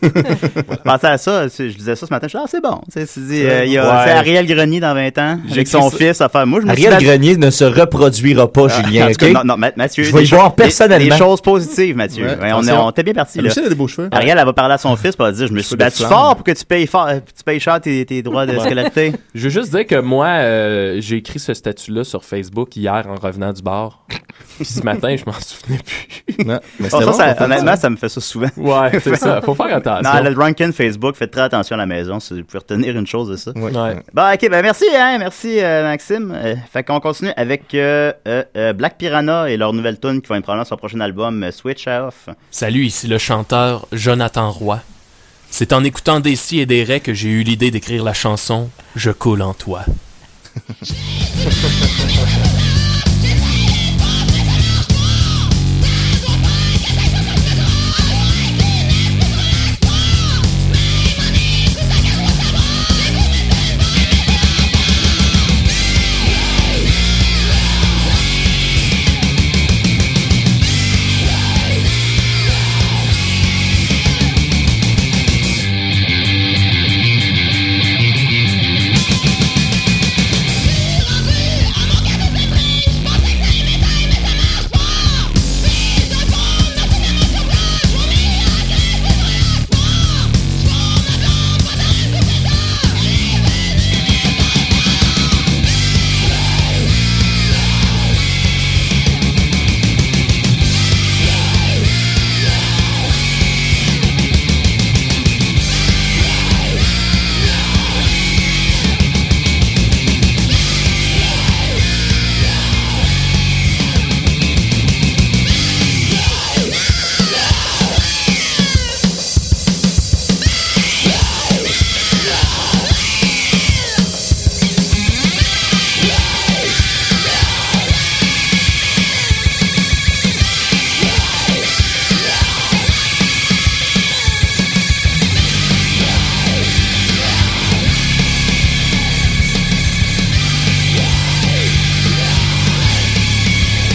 F: Je pensais à ça, je disais ça ce matin, je disais, ah, c'est bon. Tu sais, c'est dit, euh, il y a
I: Ouais.
F: c'est Ariel Grenier dans vingt ans,
I: J'ai
F: avec son
I: écrit ça.
F: fils à faire. Moi, je me suis
J: Ariel
F: dit,
J: Grenier ne se reproduira pas,
F: Ah,
J: Julien,
F: en tout cas,
J: ok?
F: non, non, Ma- Mathieu.
J: Je vais
F: des
J: y voir
F: choses- des-
J: personnellement.
F: Des choses positives, Mathieu.
H: Ouais,
F: Ouais, on est,
H: attention.
F: on était bien parti,
H: Elle
F: là.
H: aussi, elle a des beaux cheveux.
F: Ariel, elle va parler à son fils, puis elle va dire, je me suis
H: Cheveux de
F: battu
H: flamme.
F: fort pour que tu payes fort, tu payes cher tes, tes droits de
I: Ouais.
F: scolarité.
I: Je veux juste dire que moi, euh, j'ai écrit ce statut-là sur Facebook hier en revenant du bar. Puis ce matin, je m'en souvenais plus.
H: Non, mais
F: Oh,
H: c'était
F: ça,
H: bon,
F: ça-
H: faut faire
F: honnêtement,
H: ça.
F: ça me fait ça souvent.
I: Ouais, c'est ça. Faut faire attention.
F: Non, le drunken Facebook, faites très attention à la maison, si vous pouvez retenir une chose de ça.
H: Ouais.
I: Ouais.
F: Bon, ok, ben merci, hein, merci euh, Maxime. Euh, fait qu'on continue avec euh, euh, euh, Black Piranha et leur nouvelle tune qui va être probablement sur leur prochain album, euh, Switch Off.
L: Salut, ici le chanteur Jonathan Roy. C'est en écoutant des si et des ré que j'ai eu l'idée d'écrire la chanson Je coule en toi.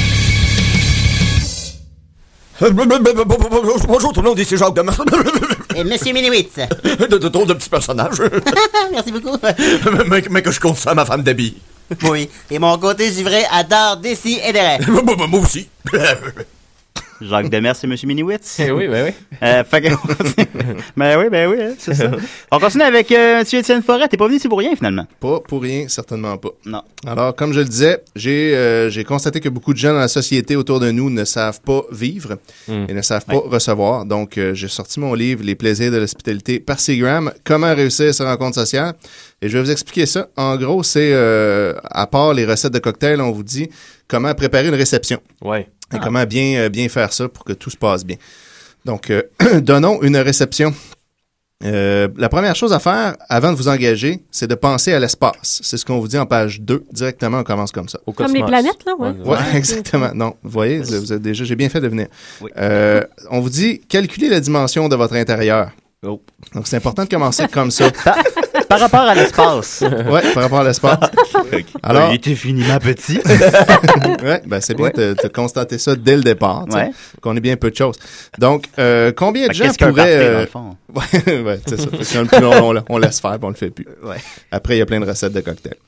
M: Bonjour tout le monde, ici Jacques Demers. C'est Monsieur Minowitz.
N: De, de trop de petits personnages.
M: Merci beaucoup.
N: mais, mais que je compte ça à ma femme d'habit.
M: Oui, et mon côté givré adore Dessy et Deret.
N: Moi aussi.
F: Jacques Demers, c'est Monsieur Minowitz.
I: Eh oui, ben oui.
F: Euh, fait que... ben oui, ben oui, hein, c'est ça. On continue avec euh, M. Étienne Forêt. T'es pas venu ici pour rien, finalement?
H: Pas pour rien, certainement pas.
F: Non.
H: Alors, comme je le disais, j'ai euh, j'ai constaté que beaucoup de gens dans la société autour de nous ne savent pas vivre
I: Mm.
H: et ne savent pas
F: Ouais.
H: recevoir. Donc, euh, j'ai sorti mon livre « Les plaisirs de l'hospitalité » par Seagram. Comment réussir ces rencontres sociales? Et je vais vous expliquer ça. En gros, c'est, euh, à part les recettes de cocktails, on vous dit comment préparer une réception.
I: Ouais.
H: Et comment bien, euh, bien faire ça pour que tout se passe bien. Donc, euh, donnons une réception. Euh, la première chose à faire avant de vous engager, c'est de penser à l'espace. C'est ce qu'on vous dit en page deux. Directement, on commence comme ça.
I: Au
K: Comme
I: cosmos.
K: les planètes, là, ouais.
H: Oui, exactement. Non, vous voyez, vous vous êtes déjà, j'ai bien fait de venir.
F: Oui.
H: Euh, on vous dit, calculez la dimension de votre intérieur.
F: Oh.
H: Donc, c'est important de commencer comme ça.
F: Par, par rapport à l'espace.
H: Oui, par rapport à l'espace. Alors,
F: il était finiment petit.
H: oui, ben c'est bien
F: Ouais.
H: de, de constater ça dès le départ, tu sais,
F: Ouais.
H: qu'on est bien peu de choses. Donc, euh, combien de
F: Fait
H: gens
F: qu'est-ce qu'un
H: pourraient...
F: party, dans
H: euh,
F: le fond?
H: Ouais, ouais, c'est ça. Fait que plus on, on, on laisse faire, puis on le fait plus.
F: Ouais.
H: Après, il y a plein de recettes de cocktails.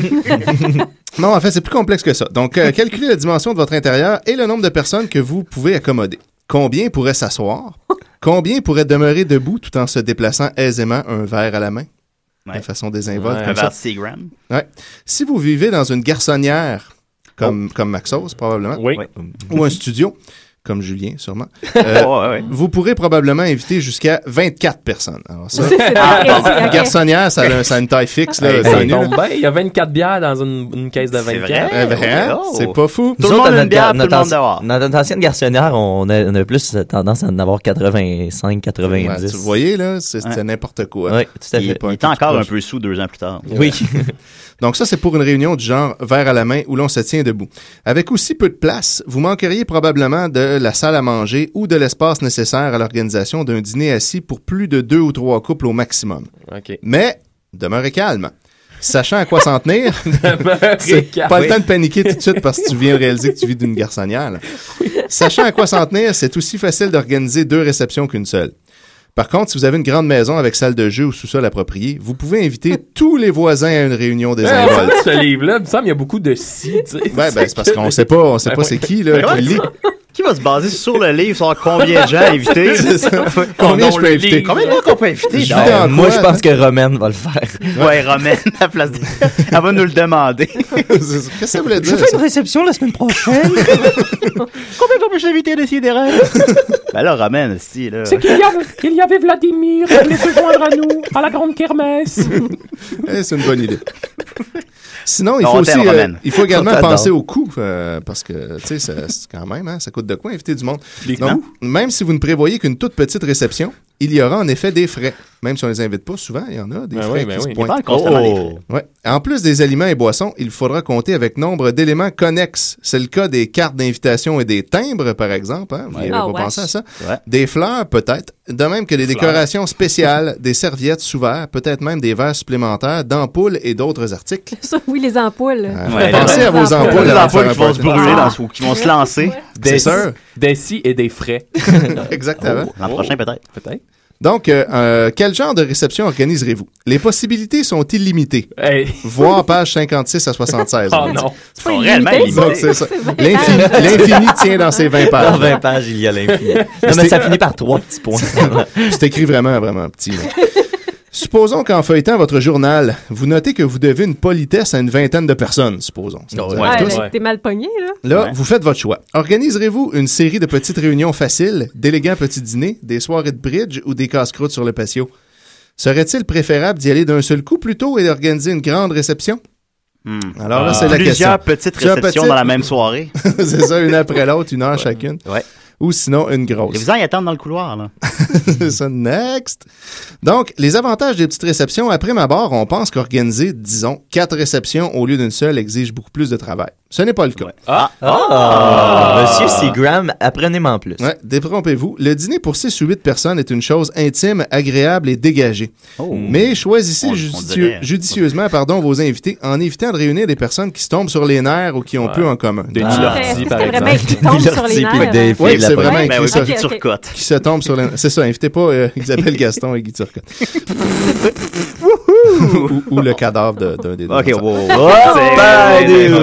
H: Non, en fait, c'est plus complexe que ça. Donc, euh, calculez la dimension de votre intérieur et le nombre de personnes que vous pouvez accommoder. Combien pourrait s'asseoir? Combien pourrait demeurer debout tout en se déplaçant aisément un verre à la main?
F: Ouais.
H: De façon désinvolte,
I: Ouais.
F: Un
H: comme
F: verre
H: ça.
F: de Seagram.
H: Ouais. Si vous vivez dans une garçonnière, comme, comme Maxos, probablement,
I: Oui.
F: Ouais.
H: ou un studio, comme Julien, sûrement, euh,
F: Oh, ouais, ouais.
H: vous pourrez probablement inviter jusqu'à vingt-quatre personnes. Alors ça,
K: C'est très précis,
H: une
K: ok.
H: garçonnière, ça a, un- ça a une taille fixe. Là,
I: Hey,
H: c'est
I: ça
H: nu,
I: tombe
H: là.
I: bien. Il y a vingt-quatre bières dans une, une caisse de
F: C'est
I: vingt-quatre.
F: vrai?
H: Eh ben, hein,
F: Oh.
H: c'est pas fou.
F: Tout
J: Nous
F: le
J: autres,
F: monde
J: à
F: a une bière, tout
J: notre,
F: le monde
J: anci-
F: dehors.
J: dans notre ancienne garçonnière, on a, on a plus tendance à en avoir quatre-vingt-cinq,
H: Ouais,
J: quatre-vingt-dix.
H: tu voyez, là, c'est c'est
F: Ouais.
H: n'importe quoi.
J: Oui, tout à
F: Il,
J: fait.
H: pas
F: il
H: un
F: était
H: tout
F: encore un
H: proche.
F: peu sous deux ans plus tard.
J: Oui.
H: Donc ça, c'est pour une réunion du genre verre à la main où l'on se tient debout. Avec aussi peu de place, vous manqueriez probablement de la salle à manger ou de l'espace nécessaire à l'organisation d'un dîner assis pour plus de deux ou trois couples au maximum.
I: OK.
H: Mais, demeurez calme. Sachant à quoi s'en tenir, c'est
I: calme.
H: pas le temps de paniquer tout de suite parce que tu viens de réaliser que tu vis d'une garçonnière. là. Sachant à quoi s'en tenir, c'est aussi facile d'organiser deux réceptions qu'une seule. Par contre, si vous avez une grande maison avec salle de jeu ou sous-sol approprié, vous pouvez inviter tous les voisins à une réunion désinvolte.
I: Ce livre-là, il me semble qu'il y a beaucoup de si, tu sais.
H: Ouais, ben, c'est parce qu'on sait pas, on sait pas c'est qui, là, qui le lit.
F: Qui va se baser sur le livre, sur combien de gens invités?
H: C'est ça.
F: Oh
H: Combien
F: non,
H: je peux
F: le
H: inviter?
F: livre. Combien de gens qu'on peut inviter?
H: Je
F: donc?
H: vis dans
J: Moi,
H: quoi,
J: je pense que Romaine va le faire.
F: Ouais, Romaine, à la place de... Elle va nous le demander.
H: Qu'est-ce que ça voulait dire?
J: Je fais une réception la semaine prochaine.
F: Combien qu'on peut s'inviter à décider? Ben là, Romaine, si, là...
O: C'est qu'il y avait, qu'il y avait Vladimir qui voulait se joindre à nous, à la grande kermesse.
H: Eh, c'est une bonne idée. Sinon, il
F: Non,
H: faut
F: on
H: aussi,
F: t'aime,
H: euh,
F: Romaine.
H: il faut également
J: On t'adore.
H: penser au coût, euh, parce que, tu sais, ça- c'est quand même, hein, ça coûte de quoi inviter du monde.
F: Les
H: Donc,
F: coûts.
H: même si vous ne prévoyez qu'une toute petite réception, il y aura en effet des frais. Même si on les invite pas souvent, il y en a des
I: Ben
H: frais
I: oui, ben
H: qui se
I: oui.
H: pointent.
F: Il parle constamment des frais.
H: Ouais. En plus des aliments et boissons, il faudra compter avec nombre d'éléments connexes. C'est le cas des cartes d'invitation et des timbres, par exemple. Hein? Vous
F: Ouais.
H: n'avez
K: Ah,
H: pas
K: ouais.
H: pensé à ça?
F: Ouais.
H: Des fleurs, peut-être. De même que des décorations spéciales, des serviettes sous verre, peut-être même des verres supplémentaires, d'ampoules et d'autres articles.
K: Ça, oui, les ampoules.
H: Euh,
F: Ouais,
H: pensez à vos
K: les
H: ampoules.
F: Les
H: avant de
F: ampoules
H: faire
F: qui vont
H: un
F: se
H: party.
F: brûler,
K: Ah.
F: dans, ou qui vont se lancer.
H: C'est
I: Des
H: sûr.
I: Des si et des frais.
H: Exactement.
F: L'an prochain, peut-être.
I: Peut-être.
H: Donc, euh, euh, quel genre de réception organiserez-vous? Les possibilités sont illimitées.
I: Hey.
H: Voir page cinquante-six à soixante-seize.
I: Oh non.
F: Ils sont réellement
K: illimité,
F: limités.
H: Donc, c'est ça.
K: C'est vrai.
H: L'infini, l'infini tient dans ses vingt
J: Dans
H: pages.
J: vingt pages, il y a l'infini. Non, mais ça finit par trois petits points.
H: C'est écrit vraiment, vraiment petit. là. Supposons qu'en feuilletant votre journal, vous notez que vous devez une politesse à une vingtaine de personnes, supposons. C'est-à-dire
K: Ouais,
H: tous.
K: là, t'es mal pogné, là.
H: Là,
F: Ouais.
H: vous faites votre choix. Organiserez-vous une série de petites réunions faciles, d'élégants petits dîners, des soirées de bridge ou des casse-croûtes sur le patio? Serait-il préférable d'y aller d'un seul coup plutôt et d'organiser une grande réception?
F: Hmm.
H: Alors là, c'est la question.
F: Plusieurs petites
H: Plusieurs
F: réceptions
H: petites-
F: dans la même soirée.
H: C'est ça, une après l'autre, une heure chacune.
F: Ouais.
H: Ou sinon, une
F: Et
H: grosse.
F: vous en y attendre dans le couloir, là.
H: C'est ça, next. Donc, les avantages des petites réceptions, après ma barre, on pense qu'organiser, disons, quatre réceptions au lieu d'une seule exige beaucoup plus de travail. Ce n'est pas le cas.
J: Ah! Ah! Monsieur Seagram, apprenez-moi en plus.
H: Ouais, détrompez-vous. Le dîner pour six ou huit personnes est une chose intime, agréable et dégagée.
F: Oh.
H: Mais choisissez
F: On- on
H: judicieux-
F: dirait.
H: judicieusement pardon, vos invités en évitant de réunir des personnes qui se tombent sur les nerfs ou qui ont
I: Ouais.
H: peu en commun.
I: Des
H: Donc,
K: Est-ce
I: Lortie,
K: que
I: par
K: c'était vraiment
I: exemple.
K: écrit tombe sur les nerfs?
J: Des
H: oui,
J: filles,
H: c'est
J: la
H: vraiment
J: police.
F: Ben
H: écrit
F: oui,
H: ça.
F: Guy
K: Ok, ok.
F: Turcotte.
H: Qui se tombe sur les... C'est ça, invitez pas euh, Isabelle Gaston et Guy Turcotte. ou, ou le cadavre de- d'un des deux.
F: Ok,
H: enfants.
F: wow.
J: Oh,
F: C'est-
J: ben,
F: c'est-
J: des-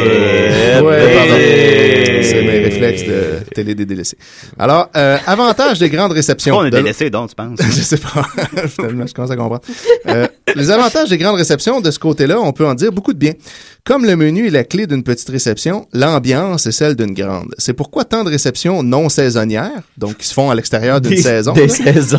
F: ok.
H: Ouais, pardon.
J: Hey.
H: C'est mes réflexes de télé des délaissés. Alors, euh, avantage des grandes réceptions.
F: On est
H: De-
F: délaissé, donc, tu penses?
H: Je sais pas. Finalement, je commence à comprendre. Euh, les avantages des grandes réceptions, de ce côté-là, on peut en dire beaucoup de bien. Comme le menu est la clé d'une petite réception, l'ambiance est celle d'une grande. C'est pourquoi tant de réceptions non saisonnières, donc qui se font à l'extérieur d'une
J: Des-
H: saison,
J: Des
H: là,
J: saisons.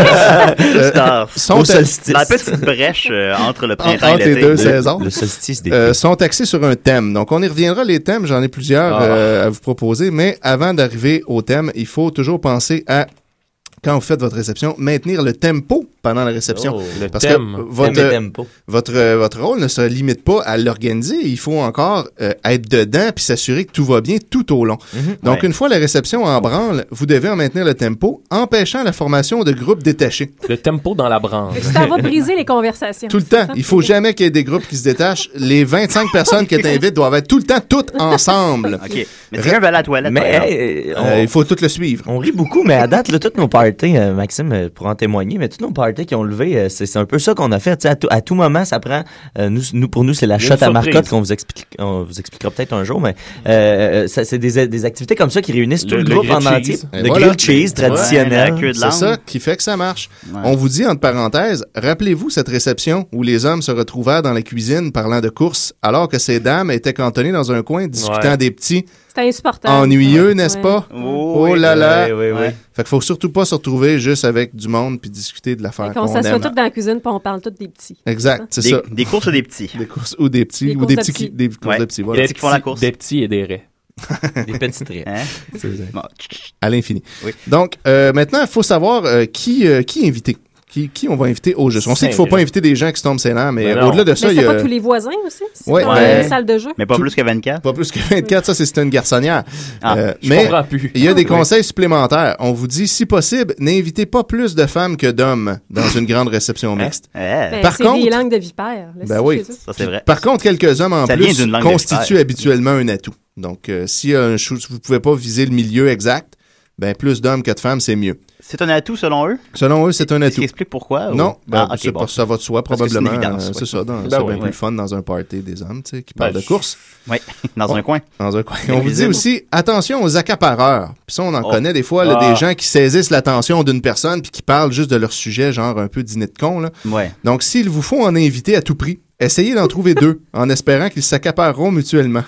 H: euh,
F: Star.
H: sont,
J: Au solstice.
F: Dans la petite brèche euh, entre le
H: en-
F: printemps
H: entre
F: et
H: les
F: l'été.
H: deux saisons,
J: Le solstice d'été.
H: euh, sont axés sur un thème. Donc, on y reviendra, les thèmes, j'en ai plusieurs
I: Ah.
H: euh, à vous proposer, mais avant d'arriver au thème, il faut toujours penser à, quand vous faites votre réception, maintenir le tempo pendant la réception.
I: Oh, le
H: Parce
I: thème.
H: que votre,
J: Thème et tempo.
H: votre, euh, votre rôle ne se limite pas à l'organiser. Il faut encore euh, être dedans puis s'assurer que tout va bien tout au long.
J: Mm-hmm.
H: Donc,
F: Ouais.
H: une fois la réception en branle, vous devez en maintenir le tempo, empêchant la formation de groupes détachés.
I: Le tempo dans la branche.
K: Fait que ça va briser les conversations.
H: Tout le
K: c'est
H: temps.
K: ça?
H: Il faut jamais qu'il y ait des groupes qui se détachent. Les vingt-cinq personnes que tu invites doivent être tout le temps toutes ensemble.
F: OK. Mais quelqu'un va aller à la toilette, par
J: Mais
F: exemple.
J: hey, on,
H: Euh, il faut tout le suivre.
J: on rit beaucoup, mais à date, là, toutes nos parties, euh, Maxime euh, pourra en témoigner, mais toutes nos parties qui ont levé, euh, c'est c'est un peu ça qu'on a fait. Tu sais, À tout, à tout moment, ça prend. euh, nous, nous, pour nous, c'est la
I: Il y a
J: shot
I: une
J: à
I: surprise.
J: marcotte qu'on vous, explique, on vous expliquera peut-être un jour, mais euh, ça, c'est des, des activités comme ça qui réunissent tout
I: Le-
J: le,
I: le
J: groupe en
I: grilled
J: entier.
I: cheese.
H: Et
J: Le
H: voilà.
J: grilled cheese
F: Ouais, la
J: traditionnel.
F: queue de
H: C'est
F: langue.
H: ça qui fait que ça marche.
F: Ouais.
H: On vous dit, entre parenthèses, rappelez-vous cette réception où les hommes se retrouvaient dans la cuisine parlant de courses, alors que ces dames étaient cantonnées dans un coin discutant
I: Ouais.
H: des petits
K: C'était insupportable.
H: ennuyeux, n'est-ce
K: Ouais.
H: pas?
F: Oh,
H: Oh là là!
J: Oui, oui, oui.
F: Ouais.
H: Fait qu'il faut surtout pas se retrouver juste avec du monde puis discuter de l'affaire
K: Fait qu'on
H: qu'on
K: s'assoit
H: aime.
K: tous dans la cuisine puis on parle tous des petits.
H: Exact, c'est
F: Des,
H: ça.
F: des courses ou des petits?
H: Des courses ou des petits,
K: Des
H: ou
K: courses
H: des
K: de
H: petits, qui-
K: petits.
H: des courses
F: Ouais.
H: de petits, voilà.
F: Des petits qui font la course.
I: Des petits et des raies.
J: Des petits traits.
F: Hein?
H: C'est ça.
F: Bon.
H: À l'infini.
F: Oui.
H: Donc, euh, maintenant, il faut savoir euh, qui, euh, qui inviter. Qui, qui on va inviter au jeu. On sait qu'il faut pas inviter des gens qui se tombent ses nerfs, mais
I: Ben non.
H: au-delà de ça,
K: Mais
H: il y
K: c'est
H: a...
K: pas tous les voisins aussi? C'est
H: Ouais,
K: dans
H: ben-
K: une salle de jeu?
F: Mais pas
H: Tout-
F: plus que vingt-quatre?
H: Pas plus que vingt-quatre, ça, c'est c'est une garçonnière.
F: Ah,
H: Euh,
I: Je
H: mais
I: comprends plus.
H: il y a des
F: Oui.
H: conseils supplémentaires. On vous dit, si possible, n'invitez pas plus de femmes que d'hommes dans une grande réception mixte.
F: Eh,
K: Ben,
H: Par
K: c'est
H: contre-
K: des langues de vipère. là,
H: Ben
K: c'est
H: oui.
K: Jésus.
F: ça, c'est vrai.
H: Par contre, quelques hommes en
F: Ça vient
H: plus
F: d'une langue de
H: constituent
F: vipère.
H: habituellement un atout. Donc, euh, si un chou- vous ne pouvez pas viser le milieu exact, ben plus d'hommes que de femmes, c'est mieux.
F: C'est un atout, selon eux?
H: Selon eux, c'est un
F: Est-ce
H: atout.
F: qu'ils expliquent pourquoi? ou-
H: Non, ben,
F: Ah, ok,
H: c'est
F: bon.
H: pas- ça va de soi,
F: Parce que c'est une
H: probablement.
F: évidence,
H: euh,
F: ouais.
H: c'est ça, dans,
I: Ben
H: c'est
I: oui,
H: bien
I: ouais.
H: plus le fun dans un party des hommes, tu sais, qui parlent
I: Ben,
H: de course.
F: Oui, dans
H: Bon.
F: un coin.
H: Dans un coin.
F: La
H: On vous dit
F: cuisine.
H: aussi, attention aux accapareurs. Puis ça, on en
F: Oh.
H: connaît des fois, là,
I: Ah.
H: des gens qui saisissent l'attention d'une personne puis qui parlent juste de leur sujet, genre un peu dîner de con, là.
F: Ouais.
H: Donc, s'il vous faut en inviter à tout prix, essayez d'en trouver deux, en espérant qu'ils s'accapareront mutuellement.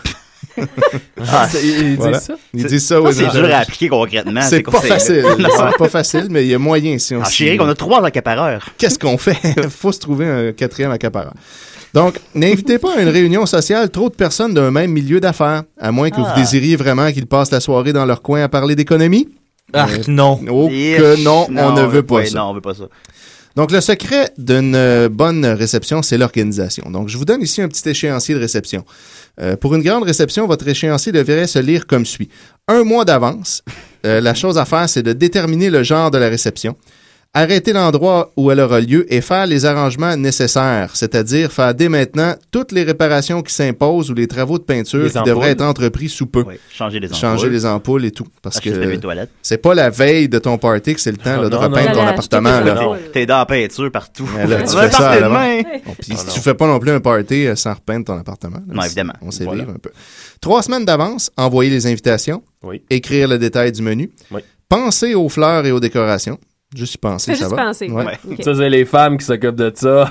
F: Ah,
I: C'est- Ils disent
H: Voilà.
I: ça?
H: Ils
F: C'est-
H: disent ça,
F: ça,
H: oui.
F: c'est dur à appliquer concrètement.
H: C'est pas
F: conseil-là.
H: facile.
F: Non.
H: C'est pas facile, mais il y a moyen si on
F: Ah,
H: s'y-
F: chérie, qu'on a trois accapareurs.
H: Qu'est-ce qu'on fait? Faut se trouver un quatrième accapareur. Donc, n'invitez pas à une réunion sociale trop de personnes d'un même milieu d'affaires, à moins que
F: Ah.
H: vous désiriez vraiment qu'ils passent la soirée dans leur coin à parler d'économie.
J: Ah,
H: Euh,
J: non.
H: Oh
F: Et-
H: que non, on ne veut pas
F: ouais,
H: ça.
F: Non, on veut pas ça.
H: Donc, le secret d'une euh, bonne réception, c'est l'organisation. Donc, je vous donne ici un petit échéancier de réception. Euh, pour une grande réception, votre échéancier devrait se lire comme suit. Un mois d'avance, euh, la chose à faire, c'est de déterminer le genre de la réception, arrêter l'endroit où elle aura lieu et faire les arrangements nécessaires, c'est-à-dire faire dès maintenant toutes les réparations qui s'imposent ou les travaux de peinture
I: Les
H: qui
I: ampoules.
H: devraient être entrepris sous peu.
F: Oui, changer les ampoules.
H: Changer les ampoules et tout. Parce
F: Acheter le papier de
H: que
F: toilette.
H: c'est pas la veille de ton party que c'est le temps là, de
I: Non,
H: repeindre
I: non,
H: ton
K: non.
H: appartement.
K: Non.
H: Là.
I: Non.
F: T'es dans la peinture partout.
H: Mais là, tu
F: On va
H: fais ça
F: partir
H: à l'avant.
F: demain.
H: Bon, puis
I: Ah,
H: si
I: non.
H: tu fais pas non plus un party euh, sans repeindre ton appartement. là,
F: Non,
H: c'est-
F: évidemment.
H: On sait
I: Voilà.
H: vivre un peu. Trois semaines d'avance, envoyer les invitations,
I: Oui.
H: écrire le détail du menu,
I: Oui.
H: penser aux fleurs et aux décorations. Juste y penser,
K: Fais
H: ça
K: juste
H: va.
K: penser.
H: Ouais.
F: Ouais.
K: Ok.
I: Ça, c'est les femmes qui s'occupent de ça.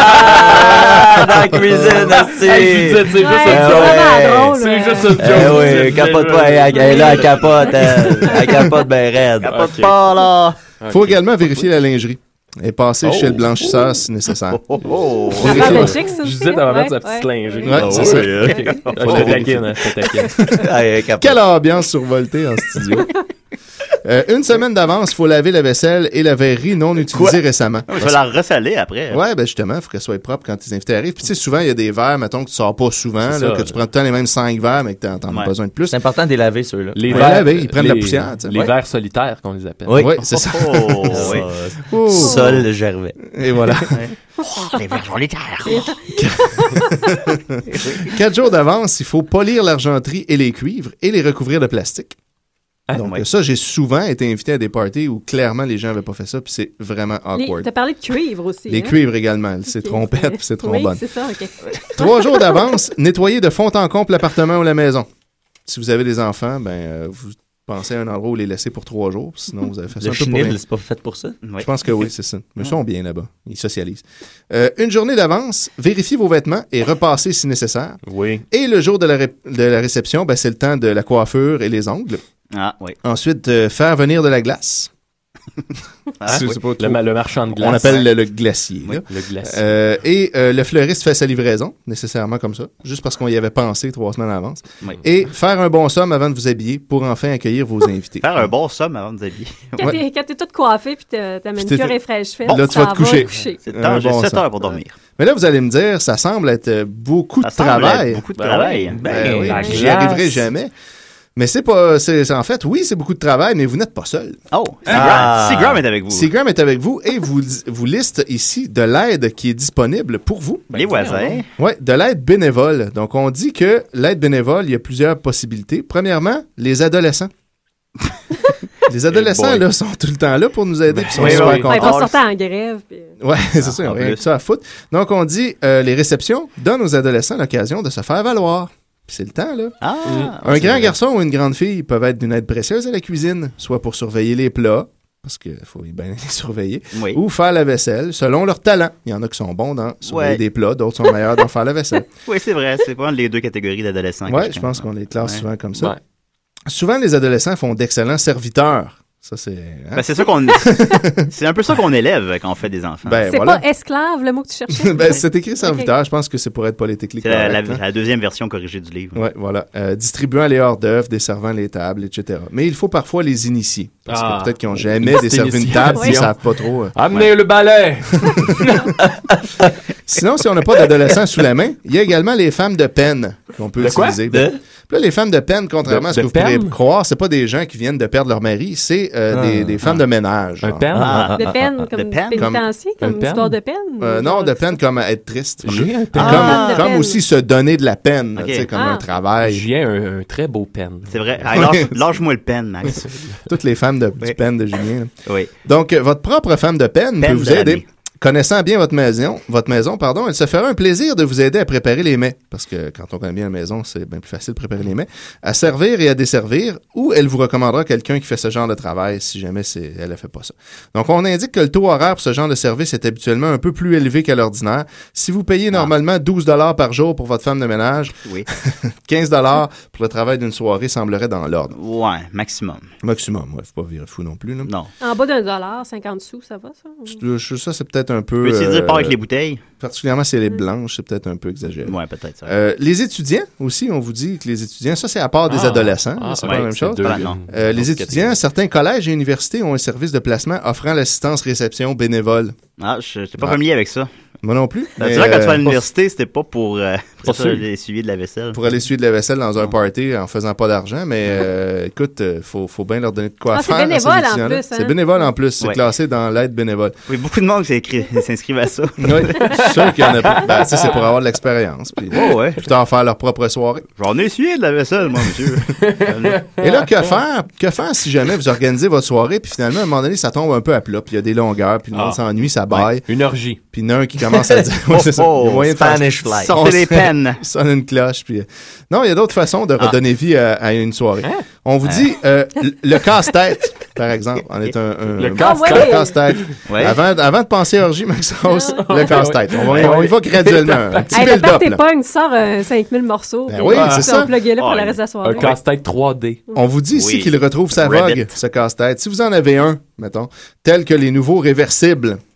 J: Ah, dans la cuisine, aussi.
I: Hey, je vous dis, c'est juste
K: Ouais,
I: une
K: c'est
I: joke.
K: vraiment drôle.
I: C'est
K: euh.
I: juste une joke.
J: Eh oui,
I: C'est-
J: capote pas, elle, elle est là, elle capote, elle, elle capote ben raide.
F: Capote
I: Ok.
F: pas, là.
H: Faut
I: Ok.
H: également vérifier la lingerie et passer
I: Oh.
H: chez le blanchisseur si nécessaire.
F: Oh, oh.
K: Ah, ben, chic, ça
I: Je
K: aussi,
I: disais, elle va
K: hein?
I: mettre sa
K: Ouais,
I: petite
K: ouais.
I: lingerie.
H: Ouais,
I: Ah
H: c'est
I: oui,
H: ça.
I: ok. Ah, Je te taquine, hein, je te taquine.
J: Ah, elle capote.
H: Quelle ambiance survoltée en studio. Euh, une semaine d'avance, il faut laver la vaisselle et la verrerie non utilisée récemment.
F: Ah, tu vas la ressaler après.
H: Ouais, ben justement, il faut qu'elle soit propre quand tes invités arrivent. Puis tu sais, souvent, il y a des verres, mettons, que tu sors pas souvent, là,
J: ça,
H: que tu prends tout le temps les mêmes cinq verres, mais que t'en, t'en as
J: Ouais.
H: besoin de plus.
J: C'est important de les laver, ceux-là.
I: Les
H: Ouais,
I: verres,
H: laver, ils prennent
I: les,
H: la poussière. tu sais.
I: Les
H: Ouais.
I: verres solitaires qu'on les appelle.
J: Oui,
H: Oui, c'est ça.
F: Oh, oui.
H: Oh.
J: Sol Gervais.
H: Et voilà.
M: Oh, les verres solitaires.
H: Quatre jours d'avance, il faut polir l'argenterie et les cuivres et les recouvrir de plastique.
I: Ah,
H: Donc,
F: ouais.
H: ça, j'ai souvent été invité à des parties où clairement les gens n'avaient pas fait ça, puis c'est vraiment awkward.
K: Tu as parlé de cuivre aussi.
H: Les
K: hein?
H: cuivres également, c'est
K: Ok,
H: trompette,
K: c'est-
H: puis c'est trombone.
K: Oui, c'est ça, OK.
H: Trois jours d'avance, nettoyer de fond en comble l'appartement ou la maison. Si vous avez des enfants, ben euh, vous pensez à un endroit où les laisser pour trois jours, sinon vous avez fait ça
J: Le
H: un peu pour
J: chenil,
H: rien.
J: c'est pas fait pour ça?
F: Ouais.
H: Je pense que oui, c'est ça. Mais ils sont bien là-bas. Ils socialisent. Euh, une journée d'avance, vérifiez vos vêtements et repassez si nécessaire.
I: Oui.
H: Et le jour de la, ré- de la réception, ben, c'est le temps de la coiffure et les ongles.
F: Ah, oui.
H: Ensuite, euh, faire venir de la glace.
F: Ah,
H: C'est-
F: oui.
H: c'est pas
I: Le,
H: trop-
I: ma- le marchand de glace.
H: On appelle le, le glacier.
F: Oui,
H: là.
I: le glacier.
H: Euh, et euh, le fleuriste fait sa livraison, nécessairement comme ça, juste parce qu'on y avait pensé trois semaines à l'avance.
F: Oui.
H: Et faire un bon somme avant de vous habiller pour enfin accueillir vos invités.
F: Faire un bon somme avant de vous habiller.
K: Quand
H: Ouais.
K: t'es, quand t'es toute coiffée puis t'as, ta
H: Puis t'es-
K: manucure est fraîche faite,
H: Là, tu
K: ça
H: vas te
K: va
H: coucher.
F: C'est
H: Un
F: temps, j'ai
H: bon
F: sept
H: sens.
F: heures pour dormir.
H: Mais là, vous allez me dire, ça semble être euh, beaucoup
F: Ça
H: de
F: semble
H: travail.
F: être beaucoup de
I: Ben
F: travail.
I: oui.
H: Ben,
J: Ben,
H: oui,
I: la
H: j'y
I: glace.
H: arriverai jamais. Mais c'est pas. C'est, c'est- en fait, oui, c'est beaucoup de travail, mais vous n'êtes pas seul.
F: Oh,
J: Ah.
F: Seagram Seagram est avec vous.
H: Seagram est avec vous et vous, vous liste ici de l'aide qui est disponible pour vous.
F: Les voisins.
H: Oui, de l'aide bénévole. Donc, on dit que l'aide bénévole, il y a plusieurs possibilités. Premièrement, les adolescents. Les adolescents,
I: boy.
H: là, sont tout le temps là pour nous aider. puis ils sont
I: oui,
H: super
I: oui.
K: Ouais, ils
H: contents.
K: vont sortir en grève. Puis...
H: Ouais, c'est ça, ils
F: en
H: n'ont rien
F: plus.
H: que ça à foutre. Donc, on dit, euh, les réceptions donnent aux adolescents l'occasion de se faire valoir. Puis c'est le temps, là.
F: Ah,
H: Un
F: c'est
H: grand
F: vrai.
H: garçon ou une grande fille peuvent être d'une aide précieuse à la cuisine, soit pour surveiller les plats, parce qu'il faut bien les surveiller,
F: Oui.
H: ou faire la vaisselle, selon leur talent. Il y en a qui sont bons dans surveiller
F: Ouais.
H: des plats, d'autres sont meilleurs dans faire la vaisselle.
F: Oui, c'est vrai. C'est pas les deux catégories d'adolescents. que
H: Ouais, je
F: connais.
H: pense qu'on les classe
F: Ouais.
H: souvent comme ça.
I: Ouais.
H: Souvent, les adolescents font d'excellents serviteurs. Ça, c'est... hein?
F: Ben, c'est ça qu'on. C'est un peu ça qu'on élève quand on fait des enfants.
H: Ben,
K: C'est
H: voilà.
K: pas esclave le mot que tu cherchais?
H: Ben, c'est écrit serviteur. Je pense que c'est pour être politique
F: c'est la, la-
H: correct. hein.
F: la deuxième version corrigée du livre.
H: Ouais, voilà. Euh, distribuant les hors-d'œuvre, desservant les tables, et cetera. Mais il faut parfois les initier. Parce
I: Ah.
H: que peut-être qu'ils n'ont jamais
I: Une
H: desservi une
I: petite
H: table, ils ne
K: initiation.
H: savent pas trop. euh.
I: Amenez le balai!
H: Sinon, si on n'a pas d'adolescents sous la main, il y a également les femmes de peine qu'on peut
I: De quoi?
H: utiliser.
J: De?
H: Puis là, les femmes de peine, contrairement
I: De-
H: à ce que
I: de
H: vous pourriez
I: peine?
H: croire, c'est pas des gens qui viennent de perdre leur mari, c'est euh,
J: Ah.
H: des, des femmes de ménage.
I: Un
H: genre.
I: père?
F: Ah,
K: De peine, comme
F: De peine?
K: pénitencier,
I: Comme-
K: comme
I: un peine?
K: histoire de peine?
H: Euh, non, de peine comme être triste.
I: J'ai un
H: Puis
I: père.
H: comme,
K: Ah.
H: comme
K: De peine.
H: aussi se donner de la peine,
F: Ok.
H: tu sais, comme
K: Ah.
H: un travail.
I: J'ai un, un très beau pen.
F: c'est vrai. Hey, lâche- Lâche-moi le pen, Max.
H: Toutes les femmes de,
F: Oui.
H: du peine de Julien. là.
F: Oui.
H: Donc, euh, votre propre femme de peine,
F: Peine
H: peut vous
F: de
H: aider.
F: l'année.
H: Connaissant bien votre maison, votre maison, pardon, elle se fera un plaisir de vous aider à préparer les mets. Parce que quand on connaît bien la maison, c'est bien plus facile de préparer les mets. À servir et à desservir, ou elle vous recommandera quelqu'un qui fait ce genre de travail si jamais c'est, elle ne fait pas ça. Donc, on indique que le taux horaire pour ce genre de service est habituellement un peu plus élevé qu'à l'ordinaire. Si vous payez normalement douze dollars par jour pour votre femme de ménage,
F: Oui.
H: quinze dollars pour le travail d'une soirée semblerait dans l'ordre.
F: Ouais, maximum.
H: Maximum, ouais, faut pas virer fou non plus. Là.
F: Non.
K: En bas d'un dollar, cinquante sous, ça va, ça?
H: Je- je- Ça, c'est peut-être un peu...
F: Peux-tu
H: euh,
F: dire pas avec les bouteilles?
H: Particulièrement si elle est blanche, c'est peut-être un peu exagéré.
F: Ouais, peut-être ça.
H: Euh, les étudiants aussi, on vous dit que les étudiants, ça c'est à part des
I: Ah.
H: adolescents,
I: Ah,
H: c'est
I: ouais,
H: pas la même
I: c'est
H: chose.
I: deux-
F: Voilà, non.
H: Euh, les
I: autre
H: étudiants, certains collèges et universités ont un service de placement offrant l'assistance réception bénévole.
F: Ah, je n'étais pas
H: Ouais.
F: familier avec ça.
H: Moi non plus.
F: Ben,
H: mais,
F: c'est vrai, quand tu vas à
H: euh,
F: l'université, c'était pas pour, euh, pour
I: Pas
F: ça,
I: sûr.
F: essuyer de la vaisselle.
H: pour aller suivre de la vaisselle dans un party en faisant pas d'argent, mais euh, écoute, euh, faut, faut bien leur donner de quoi
K: Ah, c'est
H: faire. à ces
K: bénévole en
H: étudiants-là.
K: plus, hein?
H: C'est bénévole en plus, c'est
F: Ouais.
H: classé dans l'aide bénévole.
F: Oui, beaucoup de monde qui s'écrit- s'inscrivent à ça.
H: Oui, je suis sûr qu'il y en a pas. Ben, ça, c'est pour avoir de l'expérience. Puis,
F: Oh, ouais.
H: plus tard, faire leur propre soirée.
F: J'en ai essuyé de la vaisselle, moi, monsieur.
H: Et là, que faire? Que faire si jamais vous organisez votre soirée, puis finalement, à un moment donné, ça tombe un peu à plat, puis il y a des longueurs, puis le monde
I: Ah.
H: s'ennuie, ça baille.
I: Une orgie.
H: Puis il y en a un qui commence à dire... Ouais, c'est ça. Il y a moyen de faire-
J: Spanish fly.
F: Sortez les pennes.
H: sonne une cloche. Puis... euh, Non, il y a d'autres façons de
F: Ah.
H: redonner vie à, à une soirée. On vous dit euh, l- le casse-tête, par exemple, en est un, un,
I: Le
H: un-
I: casse-tête.
H: un casse-tête.
F: Ouais.
H: Avant, avant de penser à orgie, Maxence, le casse-tête. On, va-
I: Ouais.
H: on y va graduellement. Un petit
K: Hey, le
H: build-up.
K: tes
H: là.
K: pognes, tu sors euh, cinq mille morceaux.
H: Ben
K: puis
H: oui,
K: tu
H: c'est
K: peux
H: ça.
K: plugger là pour
F: Oh,
K: le reste de la
I: Un
K: soirée.
I: casse-tête trois D.
H: On vous dit ici
F: Oui.
H: qu'il retrouve sa
F: Rabbit.
H: vogue, ce casse-tête. Si vous en avez un, mettons, tel que les nouveaux réversibles,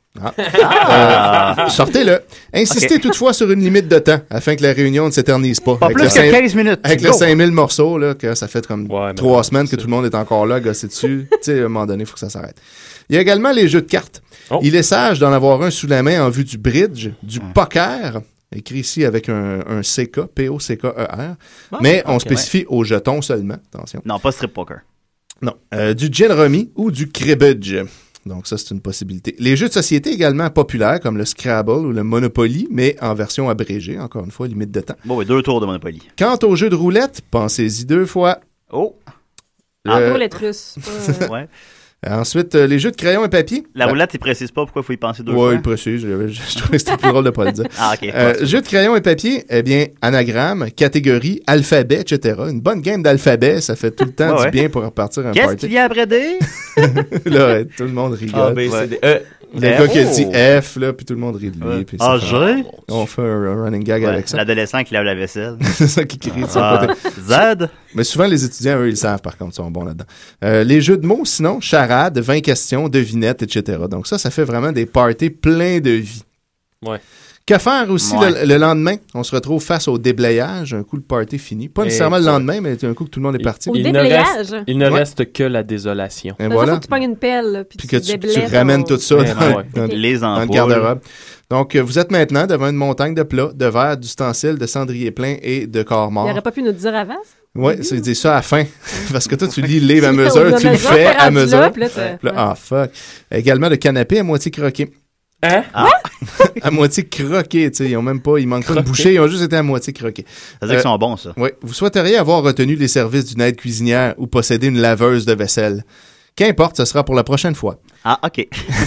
H: Ah. Euh, sortez-le. Insistez okay. toutefois sur une limite de temps afin que la réunion ne s'éternise pas.
F: Pas avec plus que cinq, quinze minutes.
H: Avec
F: Go.
H: le cinq mille morceaux, là, que ça fait comme
I: ouais,
H: trois semaines que tout le monde est encore là, gossé dessus. Tu sais, à un moment donné, il faut que ça s'arrête. Il y a également les jeux de cartes. Oh. Il est sage d'en avoir un sous la main en vue du bridge, du mmh. poker, écrit ici avec un, un C K, P O C K E R, oh, mais on okay, spécifie ouais. aux jetons seulement. Attention.
F: Non, pas strip poker.
H: Non. Euh, du gin rummy ou du cribbage. Donc ça, c'est une possibilité. Les jeux de société également populaires, comme le Scrabble ou le Monopoly, mais en version abrégée, encore une fois, limite de temps.
F: Bon, oui, deux tours de Monopoly.
H: Quant aux jeux de roulette, pensez-y deux fois.
F: Oh!
K: En euh... roulette russe. Pas, euh...
F: ouais.
H: Ensuite, euh, les jeux de crayon et papier.
F: La ben, roulette, il précise pas pourquoi il faut y penser deux
H: ouais,
F: fois.
H: Oui, il précise. Je, je, je trouvais que c'était plus drôle de ne pas le dire.
F: Ah, OK.
H: Euh, jeux de crayon et papier, eh bien, anagramme, catégorie, alphabet, et cetera. Une bonne game d'alphabet, ça fait tout le temps ouais, du ouais. bien pour repartir un
F: Qu'est-ce
H: party.
F: Qu'est-ce qu'il y a après D?
H: Là, ouais, tout le monde rigole.
J: Ah, ben, c'est euh,
H: le gars oh. qui a dit F, là, puis tout le monde rit de lui.
F: Ouais.
H: Puis
F: ah,
H: fait,
F: G?
H: On fait un running gag
F: ouais,
H: avec ça.
F: L'adolescent qui lave la vaisselle.
H: C'est ça qui crie de son
F: ah,
H: côté.
F: Z?
H: Mais souvent, les étudiants, eux, ils savent, par contre, ils sont bons là-dedans. Euh, les jeux de mots, sinon, charades, vingt questions, devinettes, et cetera. Donc ça, ça fait vraiment des parties pleins de vie.
I: Ouais.
H: Que faire aussi
F: ouais.
H: le, le lendemain? On se retrouve face au déblayage, un coup le party fini. Pas nécessairement Et le lendemain, mais un coup que tout le monde est parti.
K: Au
I: il
K: déblayage?
I: Ne reste, il ne ouais. reste que la désolation.
H: Et voilà.
K: Faut que tu pognes une pelle, puis,
H: puis
K: tu
H: que tu,
K: déblaies
H: tu ramènes
K: ton...
H: tout ça
I: ouais,
H: dans,
I: ouais.
H: dans,
F: okay. les
H: dans le garde-robe. Donc, vous êtes maintenant devant une montagne de plats, de verres, d'ustensiles, de cendriers pleins et de corps morts.
K: Il n'aurait pas pu nous dire avant, ça?
H: Oui, mm-hmm. c'est dit ça à la fin. Parce que toi, tu lis le livre à mesure, tu le fais à mesure.
K: Là, là,
H: là, ah, fuck. Également, le canapé à moitié croqué.
I: Hein?
F: Ah.
H: À moitié croqué, tu sais. Ils ont même pas, ils manquent pas de boucher, ils ont juste été à moitié croqués.
F: Ça veut dire euh, qu'ils sont bons, ça.
H: Oui. Vous souhaiteriez avoir retenu les services d'une aide cuisinière ou posséder une laveuse de vaisselle. Qu'importe, ce sera pour la prochaine fois.
F: Ah, OK.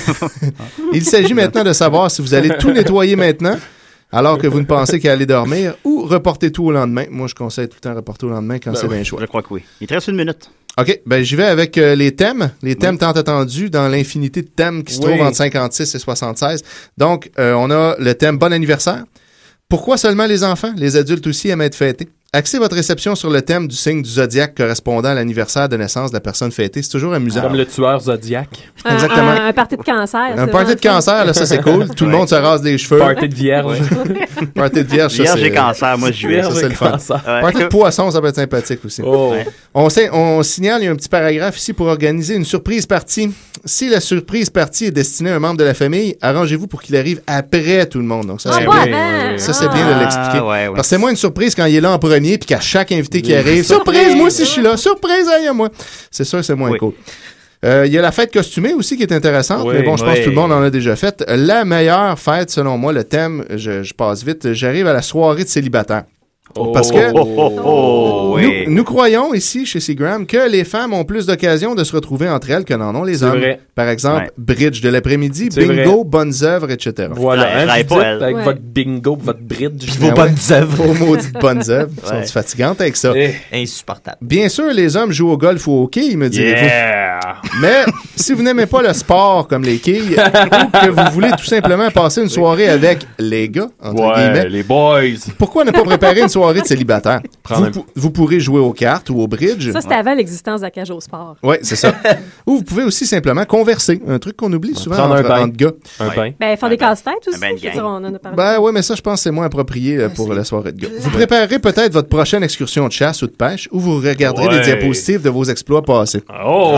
H: Il s'agit maintenant de savoir si vous allez tout nettoyer maintenant, alors que vous ne pensez qu'à aller dormir, ou reporter tout au lendemain. Moi, je conseille tout le temps reporter au lendemain quand ben c'est
F: oui,
H: bien chaud.
F: Je crois que oui. Il te reste une minute.
H: OK, ben j'y vais avec euh, les thèmes, les thèmes oui. tant attendus dans l'infinité de thèmes qui se oui. trouvent entre cinquante-six et soixante-seize. Donc, euh, on a le thème Bon anniversaire. Pourquoi seulement les enfants? Les adultes aussi aiment être fêtés. Axez votre réception sur le thème du signe du zodiaque correspondant à l'anniversaire de naissance de la personne fêtée. C'est toujours amusant.
I: Comme le tueur zodiaque.
K: Un,
H: Exactement.
K: Un, un party de cancer.
H: Un party de cancer, là, ça c'est cool. Tout ouais. le monde se rase les cheveux.
I: Party de vierge.
H: Party de vierge, ça
F: vierge
H: c'est...
F: et cancer, moi je vais.
H: Ça c'est le fun. Ouais. Party de poisson, ça peut être sympathique aussi.
I: Oh.
F: Ouais.
H: On, sait, on signale, il y a un petit paragraphe ici pour organiser une surprise party. Si la surprise party est destinée à un membre de la famille, arrangez-vous pour qu'il arrive après tout le monde. Donc ça,
K: ah,
H: c'est,
K: ouais,
H: bien. Ça, c'est bien de l'expliquer.
F: Ah, ouais, ouais.
H: Parce que c'est moins une surprise quand il est là en premier puis qu'à chaque invité qui arrive, surprise, moi aussi je suis là, surprise, aïe à moi. C'est sûr que c'est moins
F: oui.
H: cool. Il euh, y a la fête costumée aussi qui est intéressante, oui, mais bon, je oui. pense que tout le monde en a déjà fait. La meilleure fête, selon moi, le thème, je, je passe vite, j'arrive à la soirée de célibataire.
I: Oh,
H: Parce que
F: oh, oh, oh,
H: nous,
F: oui.
H: nous croyons ici, chez Seagram, que les femmes ont plus d'occasions de se retrouver entre elles que n'en ont les
I: c'est
H: hommes.
I: Vrai.
H: Par exemple, ouais. bridge de l'après-midi,
I: c'est
H: bingo,
I: vrai.
H: bonnes œuvres, et cetera.
I: Voilà,
F: ouais,
I: hein,
F: pas elle.
I: avec
K: ouais.
I: votre bingo, votre bridge.
J: Puis vos ben bonnes ouais. œuvres.
H: Vos maudites bonnes œuvres.
F: Ouais.
H: Sont fatigantes avec ça.
J: Eh. Insupportable.
H: Bien sûr, les hommes jouent au golf ou au quilles, me direz-vous.
I: Yeah.
H: Mais si vous n'aimez pas le sport comme les quilles, ou que vous voulez tout simplement passer une soirée avec les gars, entre
I: ouais,
H: guillemets,
I: les boys.
H: Pourquoi ne pas préparer une soirée de célibataire? Vous,
I: un...
H: vous pourrez jouer aux cartes ou au bridge.
K: Ça, c'était avant l'existence de la cage au sport.
H: Oui, c'est ça. Ou vous pouvez aussi simplement converser. Un truc qu'on oublie souvent entre,
I: un
H: entre gars.
I: Un
F: ouais.
I: bain.
K: Ben, faire
F: un
K: des
F: bain.
K: casse-têtes aussi.
F: Ben,
K: je veux dire, on en a parlé.
H: Ben oui, mais ça, je pense que c'est moins approprié euh, pour la soirée de gars. Vous préparerez peut-être votre prochaine excursion de chasse ou de pêche ou vous regarderez
I: ouais.
H: des diapositives de vos exploits passés.
I: Oh!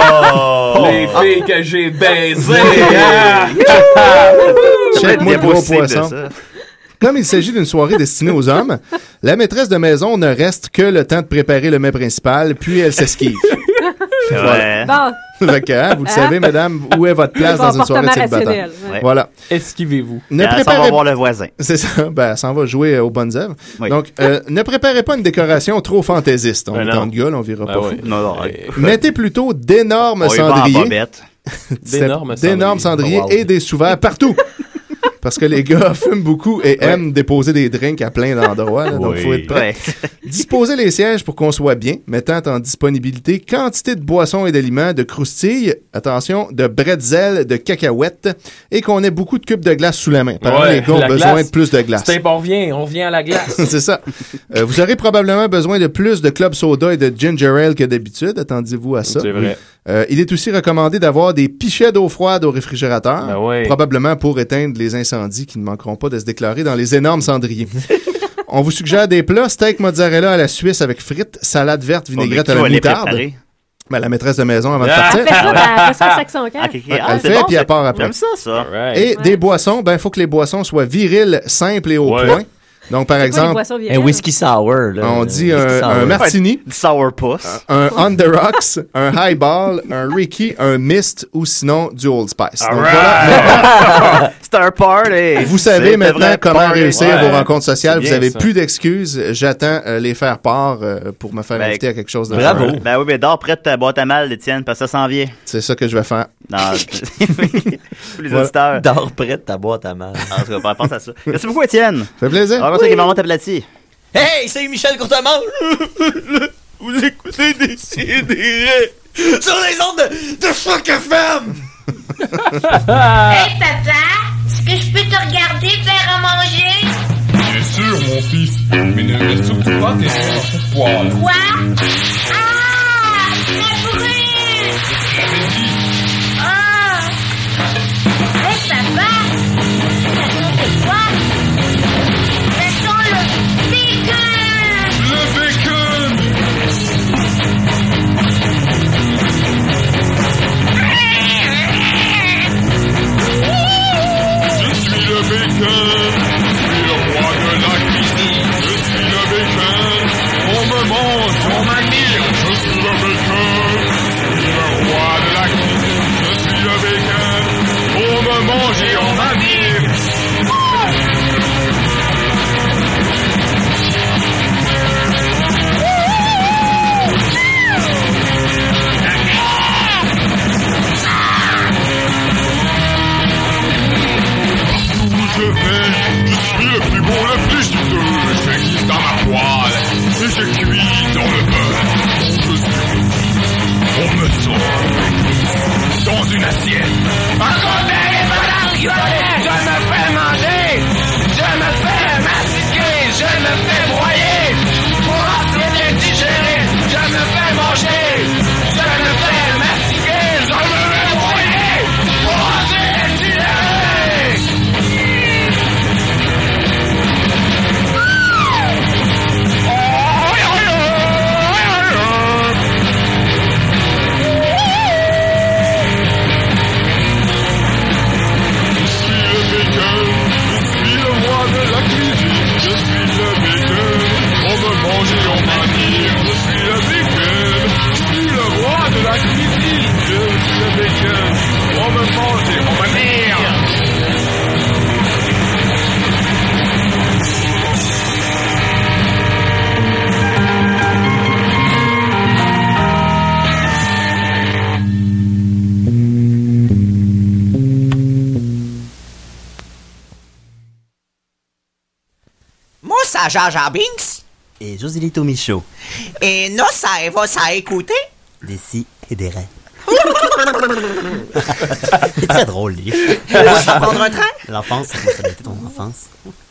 I: oh! Les filles que j'ai baisées! hein?
H: Check-moi le gros poisson. Comme il s'agit d'une soirée destinée aux hommes, la maîtresse de maison ne reste que le temps de préparer le mets principal, puis elle s'esquive.
F: Ouais.
K: Bon.
H: Fait que, hein, vous le savez, mesdames, où est votre place dans une soirée de célibataire?
K: Ouais.
H: Voilà.
I: Esquivez-vous.
H: Ne
F: elle
H: préparez...
F: s'en va voir le voisin.
H: C'est ça. Ben, elle s'en va jouer aux bonnes œuvres.
F: Oui.
H: Donc, euh, ne préparez pas une décoration trop fantaisiste. On
I: ben
H: est en gueule, on verra
I: ben
H: pas
I: oui.
H: fou.
F: Non, non.
I: Et...
H: Mettez plutôt d'énormes
F: on
H: cendriers.
I: d'énormes cendriers.
H: D'énormes cendriers
I: wow.
H: et des sous-verts partout. Parce que les gars fument beaucoup et ouais. aiment déposer des drinks à plein d'endroits. Là, donc, il oui. faut être prêt. Ouais. Disposez les sièges pour qu'on soit bien, mettant en disponibilité quantité de boissons et d'aliments, de croustilles, attention, de bretzels, de cacahuètes, et qu'on ait beaucoup de cubes de glace sous la main. Par
I: ouais,
H: les gars ont besoin
I: glace,
H: de plus de glace.
I: C'est on revient, on revient à la glace.
H: C'est ça. Euh, vous aurez probablement besoin de plus de club soda et de ginger ale que d'habitude. Attendez-vous à ça.
I: C'est vrai.
H: Euh, il est aussi recommandé d'avoir des pichets d'eau froide au réfrigérateur,
I: Ben oui.
H: probablement pour éteindre les incendies qui ne manqueront pas de se déclarer dans les énormes cendriers. On vous suggère des plats, steak mozzarella à la Suisse avec frites, salade verte, vinaigrette
F: Oh,
H: à
F: mais
H: la
F: qui va les
H: moutarde.
F: préparer?
H: Ben, la maîtresse de maison avant de
F: Ah,
H: partir.
K: Elle fait ça, ben, elle fait ça au section quatre.
F: Ok, ok.
H: Ouais,
F: Ah,
H: elle
F: c'est
H: fait,
F: bon,
H: puis
F: ça.
H: elle part après.
F: J'aime ça, ça.
H: Et des boissons, ben, il faut que les boissons soient viriles, simples et au
I: Ouais.
H: point. Donc, par
K: C'est quoi les
H: exemple,
K: boissons
J: Un
K: viriles?
J: whisky sour, là.
H: on dit
J: Whisky
H: un,
J: sour.
H: un martini,
F: Du sourpuss.
H: un on the rocks, un highball, un Ricky, un mist ou sinon du Old Spice. Donc, voilà.
F: Star Party.
H: Vous savez
F: C'est
H: maintenant
F: vrai
H: comment
F: party.
H: réussir
I: Ouais.
H: vos rencontres sociales.
I: Bien
H: Vous avez
I: ça.
H: plus d'excuses. J'attends euh, les faire part euh, pour me faire
F: Ben,
H: inviter à quelque chose de
J: bravo.
H: fun.
F: Ben oui, mais dors près de ta boîte à mal, Étienne, parce que ça s'en vient.
H: C'est ça que je vais faire.
F: Non, pour les
H: Voilà.
F: auditeurs.
J: Dors près de ta boîte à mal.
F: En tout cas, pense à ça. Merci beaucoup, Étienne.
H: Ça fait plaisir.
F: On va continuer avec Maman Tablati.
J: Hey, c'est Michel Courtemanche!
N: Vous écoutez des C D sur les ondes de, de Choc F M!
P: Hey papa, est-ce que je peux te regarder faire à manger?
Q: Bien sûr, mon fils, mais ne laisse surtout pas tes mains dans cette poêle.
P: Quoi? Ah! Ça brûle!
Q: J'avais dit,
P: Ah! Hey papa, ça sent quoi? Ça sent le bacon!
Q: le bacon! Je suis le bacon, je suis le roi de la cuisine. Je suis le bacon, on me mange, on m'admire. Je suis le bacon, je suis le roi de la cuisine. Je suis le bacon, on me mange et on m'admire. Où je vais, je suis le plus beau, le plus juteux. Je glisse dans ma poêle et je cuis dans le beurre. Je suis on me sort dans une assiette. À côté des bananes, je me fais manger, je me fais mastiquer, je me fais broyer. Pour ensuite les digérer, je me fais manger, je me fais mastiquer, je me fais broyer. Pour ensuite les digérer.
R: Moi, ça Jar Jar Binks.
M: Et Joselito Michaud.
R: Et nous, ça va ça écouter.
M: Des si et des raies. C'est très drôle, lui.
R: On va prendre un train.
M: L'enfance, ça a été ton enfance.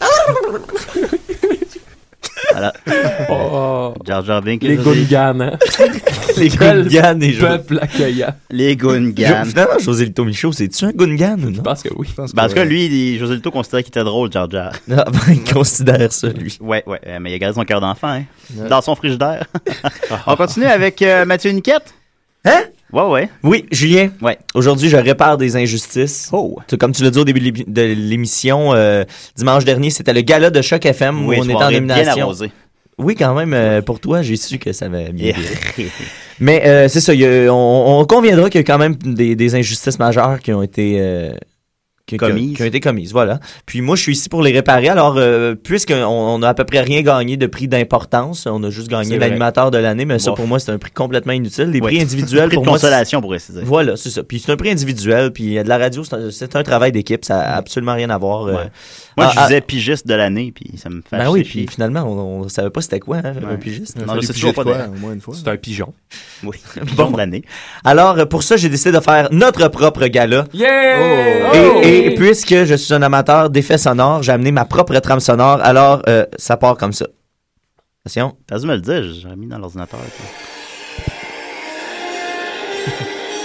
F: Voilà.
I: Oh.
F: Jar Jar Binks.
I: Les Gungans, hein?
J: Les Gungans et
I: peuple accueillant.
F: Les Gungans.
J: Jo- Finalement, José Lito Michaud, c'est-tu un Gungan ou non?
I: Je pense que oui.
F: Ben, en tout cas, lui, il- José Lito considérait qu'il était drôle, Jar Jar.
J: Ah, ben, il considère ça, lui.
F: Ouais, ouais, euh, mais il a gardé son cœur d'enfant, hein. Dans son frigidaire. On continue avec euh, Mathieu Niquette.
J: Hein?
F: Ouais, ouais.
J: Oui, Julien.
F: Ouais.
J: Aujourd'hui, je répare des injustices.
F: Oh.
J: Tu- Comme tu l'as dit au début de l'émi- de l'émission, euh, dimanche dernier, c'était le gala de Choc F M où
F: Oui,
J: on était en
F: soirée bien
J: nomination.
F: arrosée.
J: Oui, quand même, euh, pour toi, j'ai su que ça va bien
F: Yeah.
J: virer. Mais euh, c'est ça, il y a- on, on conviendra qu'il y a quand même des, des injustices majeures qui ont été euh, qui, qui-
F: Commises.
J: qui ont été commises, voilà. Puis moi, je suis ici pour les réparer. Alors, euh, puisqu'on on a à peu près rien gagné de prix d'importance, on a juste
F: C'est
J: gagné
F: vrai.
J: l'animateur de l'année, mais ça,
F: Bof.
J: pour moi, c'est un prix complètement inutile. Les
F: Ouais.
J: prix individuels,
F: Prix de
J: pour moi, c'est-
F: consolation, pour préciser.
J: Voilà, c'est ça. Puis c'est un prix individuel, puis euh, de la radio, c'est un, c'est un travail d'équipe, ça a absolument rien à voir. euh,
F: Ouais. Moi,
J: ah,
F: je
J: ah,
F: disais pigiste de l'année, puis ça me fait
J: Ben
F: chier,
J: oui,
F: puis-
J: puis finalement, on, on savait pas c'était quoi, hein, un
F: Ouais.
J: pigiste.
F: Non, je sais toujours pas
H: quoi,
F: de-
H: au moins une fois.
I: C'est un pigeon.
F: Oui, pigeon de l'année.
J: Alors, euh, pour ça, j'ai décidé de faire notre propre gala.
I: Yeah!
J: Et,
I: Oh!
J: et puisque je suis un amateur d'effets sonores, j'ai amené ma propre trame sonore. Alors, euh, ça part comme ça. Attention.
F: T'as dû me le dire, j'aurais mis dans l'ordinateur.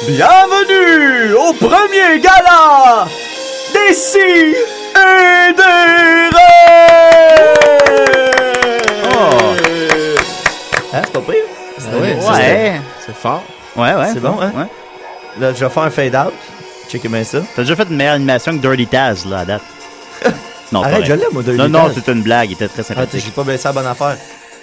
J: Bienvenue au premier gala des Si et des Ré!
F: Oh!
J: Hein, c'est pas pire?
H: Ah ouais,
F: Ouais.
H: c'est- c'est fort.
F: Ouais, ouais.
J: C'est bon, hein?
F: Ouais.
J: Là, je vais faire un fade-out. Checkez bien ça.
F: T'as déjà fait une meilleure animation que Dirty Taz, là, à date. Non,
J: Arrête,
F: pas
J: je
F: vrai.
J: l'aime, moi, Dirty
F: Non, non,
J: Taz.
F: c'était une blague. Il était très
J: Ah, t'sais,
F: sympathique.
J: j'ai pas baissé la bonne affaire.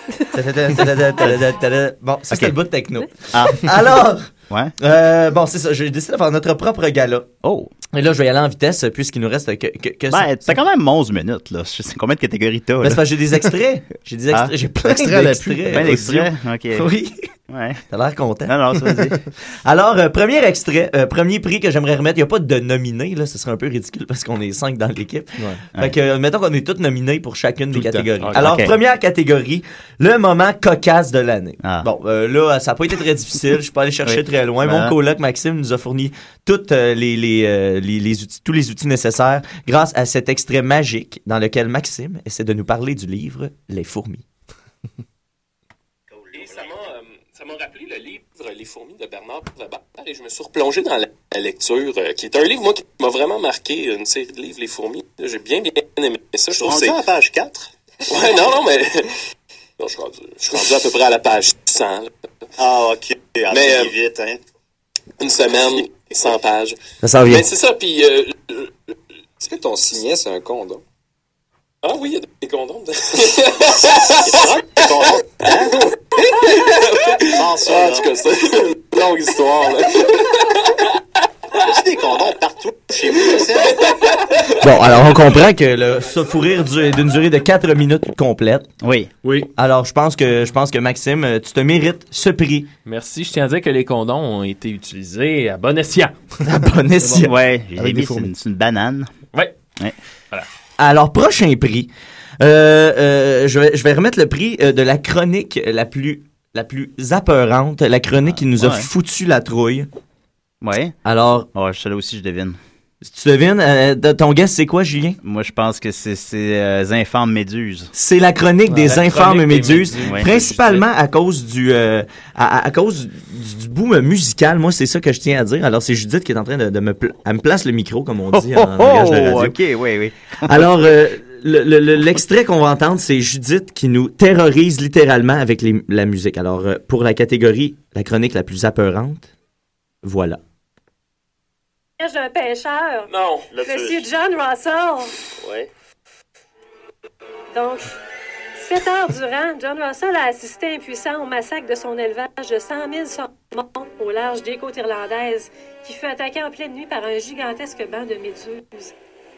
J: Bon, ça, c'était
F: Ok.
J: le bout de techno.
F: Ah.
J: Alors,
F: Ouais.
J: euh, bon, c'est ça. J'ai décidé de faire notre propre gala.
F: Oh.
J: Et là, je vais y aller en vitesse puisqu'il nous reste que. que, que
F: Ben, t'as quand même onze minutes, là. Je sais combien de catégories t'as,
J: Ben,
F: là.
J: c'est parce que j'ai des extraits. J'ai des extraits.
F: Ah.
J: J'ai plein
H: Extraits à
J: d'extraits.
H: l'appui.
F: Plein d'extraits? Ok.
J: Oui.
F: Ouais.
J: T'as l'air content.
F: Non, non, ça va dire.
J: Alors, euh, premier extrait, euh, premier prix que j'aimerais remettre. Il n'y a pas de nominés, là. Ce serait un peu ridicule parce qu'on est cinq dans l'équipe.
H: Ouais.
J: Fait que, euh, mettons qu'on est tous nominés pour chacune
H: Tout
J: des
H: le temps.
J: catégories.
H: Ok.
J: Alors,
F: Ok.
J: première catégorie, le moment cocasse de l'année.
F: Ah.
J: Bon, euh, là, ça n'a pas été très difficile. Je suis pas allé chercher
F: Oui.
J: très loin.
F: Ben.
J: Mon coloc Maxime nous a fourni toutes euh, les, les, euh, les, les outils, tous les outils nécessaires grâce à cet extrait magique dans lequel Maxime essaie de nous parler du livre Les fourmis.
L: Et ça m'a, euh, ça m'a rappelé le livre Les fourmis de Bernard Weber et je me suis replongé dans la, la lecture, euh, qui est un livre, moi, qui m'a vraiment marqué, une série de livres, Les fourmis. J'ai bien, bien aimé ça. Je trouve que c'est...
N: à la page quatre?
L: Ouais, non, non, mais... Non, je suis rendu, je suis rendu à peu près à la page cent. Là.
N: Ah, ok. Ah,
L: Mais,
N: c'est
L: euh,
N: vite, hein.
L: Une semaine, cent pages.
J: Ça s'en vient.
L: Mais c'est ça, puis... Euh,
S: Est-ce que ton signet, c'est un condom?
L: ah oui, il y a des condoms.
N: Des condoms. Sans ça,
L: Ah, en
N: là.
L: tout cas, c'est une longue histoire, là.
N: As-tu des condoms partout chez vous, ça?
J: Bon, alors on comprend que le ce fou rire du- d'une durée de quatre minutes complète.
F: Oui.
I: Oui.
J: Alors je pense que je pense que Maxime, euh, tu te mérites ce prix.
I: Merci. Je tiens à dire que les condoms ont été utilisés à bon escient.
J: À bon escient.
F: Ouais, j'ai
H: Avec
F: dit,
H: des
F: c'est
H: fourmis.
F: une, c'est une banane.
I: Ouais.
F: Ouais.
J: Alors prochain prix, euh, euh, je vais je vais remettre le prix euh, de la chronique la plus la plus apeurante, la chronique qui nous a
F: ouais.
J: foutu la trouille.
F: Ouais.
J: Alors,
F: Ouais, je là aussi, je devine.
J: si tu devines, euh, de- ton guess c'est quoi, Julien?
F: Moi, je pense que c'est c'est euh, les infâmes méduses.
J: C'est la chronique des
I: la
J: infâmes
I: chronique des
J: méduses,
I: méduses.
F: Ouais.
J: principalement à cause du euh, à, à- à cause du, du boom musical. Moi, c'est ça que je tiens à dire. Alors, c'est Judith qui est en train de, de me pla- elle me place le micro, comme on dit en langage de radio.
F: ok, oui, oui.
J: Alors, euh, le- le- le- l'extrait qu'on va entendre, c'est Judith qui nous terrorise littéralement avec les- la musique. Alors, euh, pour la catégorie, la chronique la plus apeurante, voilà.
K: J'ai un pêcheur.
L: Non.
K: Monsieur John Russell.
N: Ouais.
K: Donc, sept heures durant, John Russell a assisté impuissant au massacre de son élevage de cent mille saumons au large des côtes irlandaises, qui fut attaqué en pleine nuit par un gigantesque banc de méduses.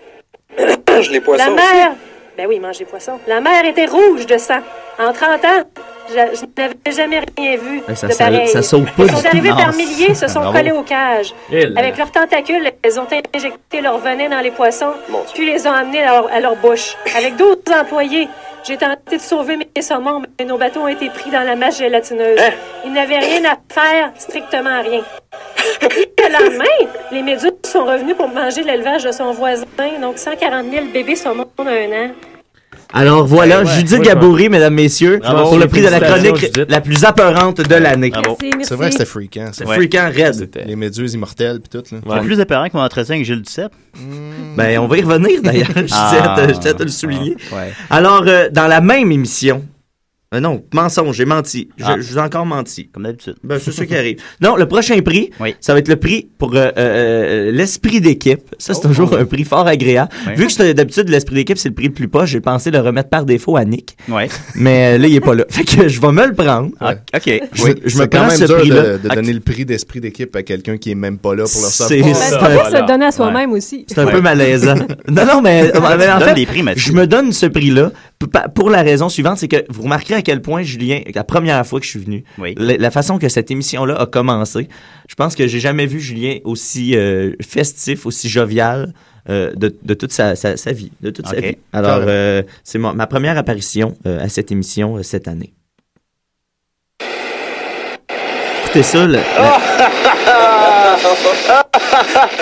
S: Je les poissons
K: La mer... Ben oui, mangez poisson. La mer était rouge de sang. En trente ans, je, je n'avais jamais rien vu
J: Ça,
K: de
J: ça-
K: pareil.
J: ça saute pas
K: Ils
J: du
K: sont
J: tout.
K: arrivés
J: Non.
K: par milliers, se sont
J: Bravo.
K: collés aux cages.
I: Et là.
K: Avec leurs tentacules, elles ont injecté leur venin dans les poissons,
S: Mon Dieu.
K: puis les ont amenés à leur, à leur bouche. Avec d'autres employés, j'ai tenté de sauver mes saumons, mais nos bateaux ont été pris dans la masse gélatineuse.
S: Hein?
K: Ils n'avaient rien à faire, strictement rien. Le lendemain, les méduses sont revenus pour manger l'élevage de son voisin, donc cent quarante mille bébés saumons en un an.
J: Alors voilà,
I: Ouais, ouais.
J: Judith
I: Moi, je
J: Gaboury, mesdames, messieurs,
I: Bravo.
J: pour le prix de la
I: Félicitations,
J: chronique
I: Judith.
J: la plus apeurante de l'année.
F: Bravo.
K: Merci, merci.
H: C'est vrai que c'était freakant. ça.
J: C'est freakant raide.
H: Les méduses immortelles puis tout. Là.
I: Ouais.
F: C'est plus apparent que mon entretien avec Gilles Duceppe.
J: Ben, on va y revenir d'ailleurs. Je
F: Ah.
J: tiens à te- je tiens à te le souligner.
F: Ouais.
J: Alors, euh, dans la même émission, euh, non, mensonge, j'ai menti. Je,
F: Ah.
J: je vous ai encore menti.
F: Comme d'habitude.
J: Ben, c'est ça qui arrive. Non, le prochain prix,
F: Oui.
J: ça va être le prix pour euh, euh, l'esprit d'équipe. Ça, c'est toujours un prix fort agréable.
F: Oui.
J: Vu que c'est- d'habitude, l'esprit d'équipe, c'est le prix le plus poche, j'ai pensé le remettre par défaut à Nick.
F: Ouais.
J: Mais euh, là, il est pas là. Fait que je vais me le prendre.
F: Ah, ok.
J: Je,
H: Oui,
J: je me
H: c'est quand
J: prends
H: même
J: ce
H: dur
J: prix-là.
H: de, de donner le prix d'esprit d'équipe à quelqu'un qui est même pas là pour le
J: C'est-
H: savoir.
K: Ben,
J: c'est
K: c'est
J: un-
K: pas
I: voilà.
K: se le donner à soi-même aussi.
J: C'est un
F: Ouais.
J: peu malaisant. non, non, mais, mais en
F: Donne
J: fait,
F: des prix, Mathieu.
J: je me donne ce prix-là p- pa- pour la raison suivante, c'est que vous remarquerez à quel point, Julien, la première fois que je suis venu,
F: Oui.
J: la, la façon que cette émission-là a commencé, je pense que j'ai jamais vu Julien aussi euh, festif, aussi jovial euh, de, de toute sa, sa, sa vie, de toute sa
F: Ok.
J: vie. Alors,
H: Carrément.
J: euh, c'est ma, ma première apparition euh, à cette émission euh, cette année. Écoutez ça, le- la-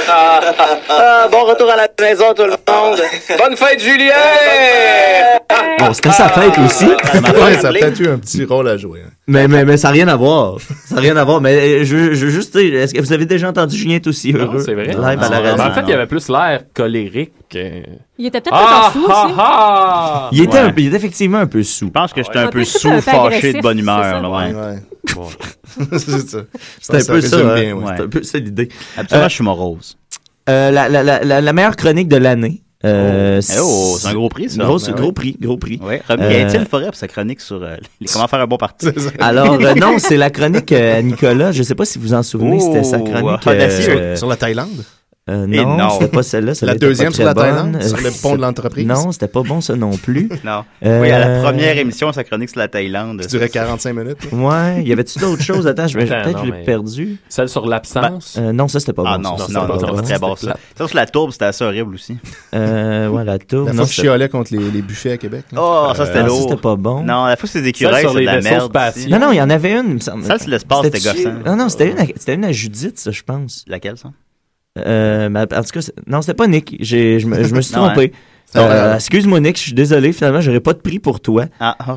R: Ah, bon retour à la maison, tout le monde.
S: Bonne fête, Julien!
J: Bon, c'était sa fête aussi.
H: Ouais, ça a peut-être eu un petit rôle à jouer. Hein.
J: Mais, mais, mais ça n'a rien à voir. Ça n'a rien à voir. Mais je, je veux juste dire, est-ce que vous avez déjà entendu Julien être aussi heureux?
I: Non, c'est vrai.
J: Live à la
I: Non,
J: radio.
I: en fait, il y avait plus l'air colérique. que-
C: Il était peut-être
I: Ah,
C: un peu sous
I: ah,
C: aussi.
I: ah!
J: Il était,
F: Ouais.
J: un peu- il était effectivement un peu sous.
F: Je pense que j'étais
C: Ouais.
F: un
C: Un
F: peu
C: peu
F: sous,
C: un peu
F: fâché,
C: agressif,
F: de bonne
C: c'est
F: humeur.
C: ça.
F: là, ouais.
H: Ouais. c'est ça.
J: C'est un peu ça.
H: résume
J: hein.
H: bien, ouais.
J: C'est un peu ça l'idée.
F: Absolument,
J: Euh,
F: je suis morose.
J: Euh, la, la, la, la, la meilleure chronique de l'année. Euh,
F: Oh, oh, c'est un gros prix, ça.
J: Gros,
F: Ben
J: gros
F: oui.
J: prix, gros prix.
F: Oui,
J: Euh,
F: Gaëtil Forêt pour sa chronique sur euh, les- comment faire un bon parti.
J: Alors, euh, non, c'est la chronique euh, à Nicolas. Je ne sais pas si vous en souvenez,
F: Oh,
J: c'était sa chronique.
F: audacieux.
J: euh,
H: Sur la Thaïlande?
J: Euh,
F: Et
J: non,
F: non.
J: c'était pas celle-là. celle-là
H: La
J: était
H: deuxième
J: pas
H: sur la
J: très
H: Thaïlande,
J: bonne.
H: sur le
J: Euh,
H: pont de l'entreprise?
J: Non, c'était pas bon ça non plus.
F: Non.
J: Euh,
F: Oui, à la première émission, sa chronique sur la Thaïlande.
H: Qui durait quarante-cinq minutes.
J: Ouais, y avait-tu d'autres choses? Attends, je vais-
I: Attends,
J: peut-être
I: non,
J: je l'ai
I: mais-
J: perdu.
I: Celle sur l'absence.
J: Euh, non, ça c'était pas
F: Ah
J: bon.
F: non,
J: ça,
F: non,
J: c'était
F: non,
J: pas
F: c'était
J: bon.
F: pas très bon ça. Ça sur la tourbe, c'était assez horrible aussi.
J: Euh, ouais, la tour.
H: La
J: non,
H: fois que je
J: c'était-
H: chialais contre les, les buffets à Québec. là.
F: Oh, ça c'était
J: Ah, ça,
F: lourd.
J: c'était pas bon.
F: Non, la fois que c'est des écureuils,
I: sur
F: c'est de
I: les
F: la
I: vaisseaux
F: merde.
I: spatiaux.
F: aussi.
J: Non, non, il y en avait une, il me semble.
F: Ça, c'est l'espace, c'était
J: C'était-tu-
F: gossant.
J: Non, non, c'était une, à- c'était une à Judith, ça, je pense.
F: Laquelle, ça?
J: Euh, mais en tout cas, c'est- non, c'était pas Nick. J'ai, je, me, je me suis
F: Non,
J: trompé.
H: hein.
J: Euh, excuse-moi, Nick, je suis désolé. Finalement, j'aurais pas de prix pour toi.
F: Ah, oh.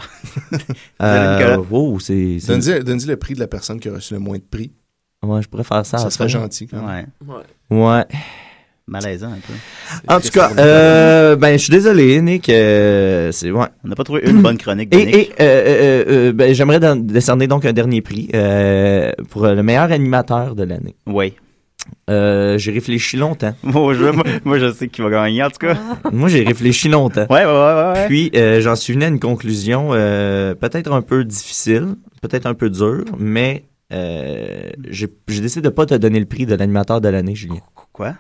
J: Euh,
F: Nicolas.
J: oh, c'est. c'est-
H: Donne-y donne-y le prix de la personne qui a reçu le moins de prix.
J: Ouais, je pourrais faire ça.
H: Ça
J: après.
H: serait gentil. Quand même.
F: Ouais.
J: Ouais.
F: Malaisant un peu.
J: En tout cas, euh, ben, je suis désolé, Nick. euh, c'est, ouais.
F: On n'a pas trouvé une bonne chronique de
J: Et,
F: Nick.
J: et euh, euh, euh, ben, j'aimerais dan- décerner donc un dernier prix euh, pour le meilleur animateur de l'année.
F: Oui.
J: Euh, j'ai réfléchi longtemps.
F: Moi, je, moi, moi, je sais qui va gagner, en tout cas.
J: Moi, j'ai réfléchi longtemps.
F: Ouais, ouais, ouais, ouais.
J: Puis, euh, j'en suis venu à une conclusion euh, peut-être un peu difficile, peut-être un peu dure, mais euh, j'ai j'ai décidé de pas te donner le prix de l'animateur de l'année, Julien.
F: Quoi?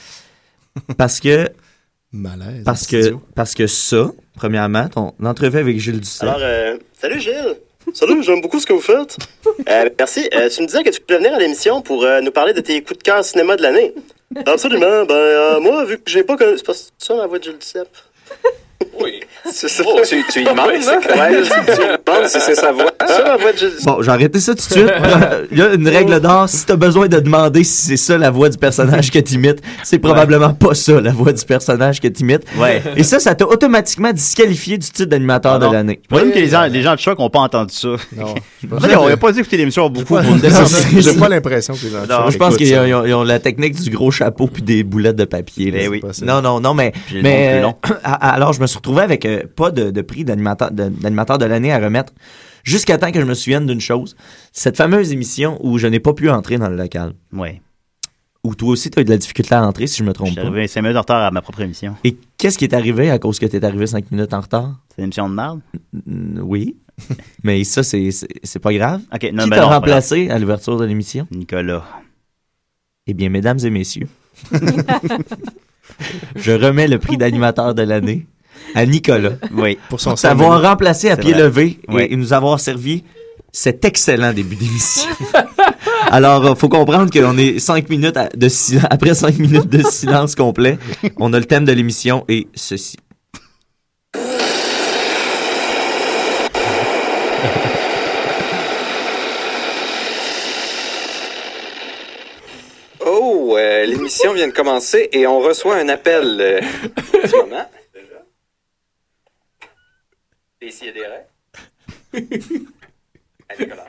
J: Parce que...
H: Malaise.
J: Parce que, parce que ça, premièrement, ton entrevue avec Gilles Duceppe.
T: Alors, euh, salut Gilles. Salut, j'aime beaucoup ce que vous faites. Euh, merci. Euh, tu me disais que tu pouvais venir à l'émission pour euh, nous parler de tes coups de cœur cinéma de l'année. Absolument. Ben, euh, moi, vu que j'ai pas connu... C'est pas ça ma voix de Gilles Duceppe?
S: Oui.
T: C'est ça.
S: Oh, tu, tu y demandes,
T: Ouais,
S: hein?
T: c'est ouais, tu, tu lui demandes si c'est sa voix. C'est ça la voix de Gilles Duceppe?
J: Bon, j'ai arrêté ça tout de suite. Il y a une règle d'or. Si t'as besoin de demander si c'est ça la voix du personnage que t'imites, c'est probablement pas ça la voix du personnage que t'imites.
F: Ouais.
J: Et ça, ça t'a automatiquement disqualifié du titre d'animateur de
F: Non.
J: l'année.
F: Je présume que les gens, les gens de choc n'ont pas entendu ça.
H: Non.
F: Ils n'auraient pas dû écouter l'émission beaucoup.
H: J'ai
F: pour
H: pas,
F: dénoncer.
H: j'ai pas l'impression que les gens.
F: Non,
J: je pense
H: écoutent
J: qu'ils
H: ça.
J: ont, ils ont- ils ont la technique du gros chapeau puis des boulettes de papier. là.
F: Ben oui.
H: pas ça.
J: Non, non, non, mais,
F: Puis le
J: mais
F: nom plus
J: euh, à- alors je me suis retrouvé avec euh, pas de, de prix d'animateur de, d'animateur de l'année à remettre jusqu'à temps que je me souvienne d'une chose. Cette fameuse émission où je n'ai pas pu entrer dans le local.
F: Ouais.
J: Où toi aussi tu as eu de la difficulté à entrer, si je me
F: Je
J: trompe
F: suis
J: pas.
F: arrivé cinq minutes en retard à ma propre émission.
J: Et qu'est-ce qui est arrivé à cause que tu es arrivé cinq minutes en retard?
F: C'est une émission de merde?
J: Mm, Oui. Mais ça, c'est, c'est, c'est pas grave.
F: Ok, non,
J: Qui
F: ben
J: t'a
F: non, c'est
J: remplacé à l'ouverture de l'émission?
F: Nicolas.
J: Eh bien, mesdames et messieurs, je remets le prix d'animateur de l'année à Nicolas.
F: Oui.
H: Pour son
J: T'avoir
H: cinq
J: remplacé à
F: C'est
J: pied
F: vrai.
J: levé et,
F: Oui.
J: et nous avoir servi cet excellent début d'émission. Alors, il faut comprendre qu'on est cinq minutes à- de sil- après cinq minutes de silence complet. On a le thème de l'émission et ceci.
S: Oh, euh, l'émission vient de commencer et on reçoit un appel euh, en ce moment. Déjà? Ici, il y a des règles. Ah, Nicolas.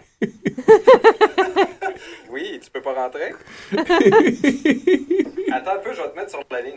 S: Oui, tu peux pas rentrer? Attends un peu, je vais te mettre sur la ligne.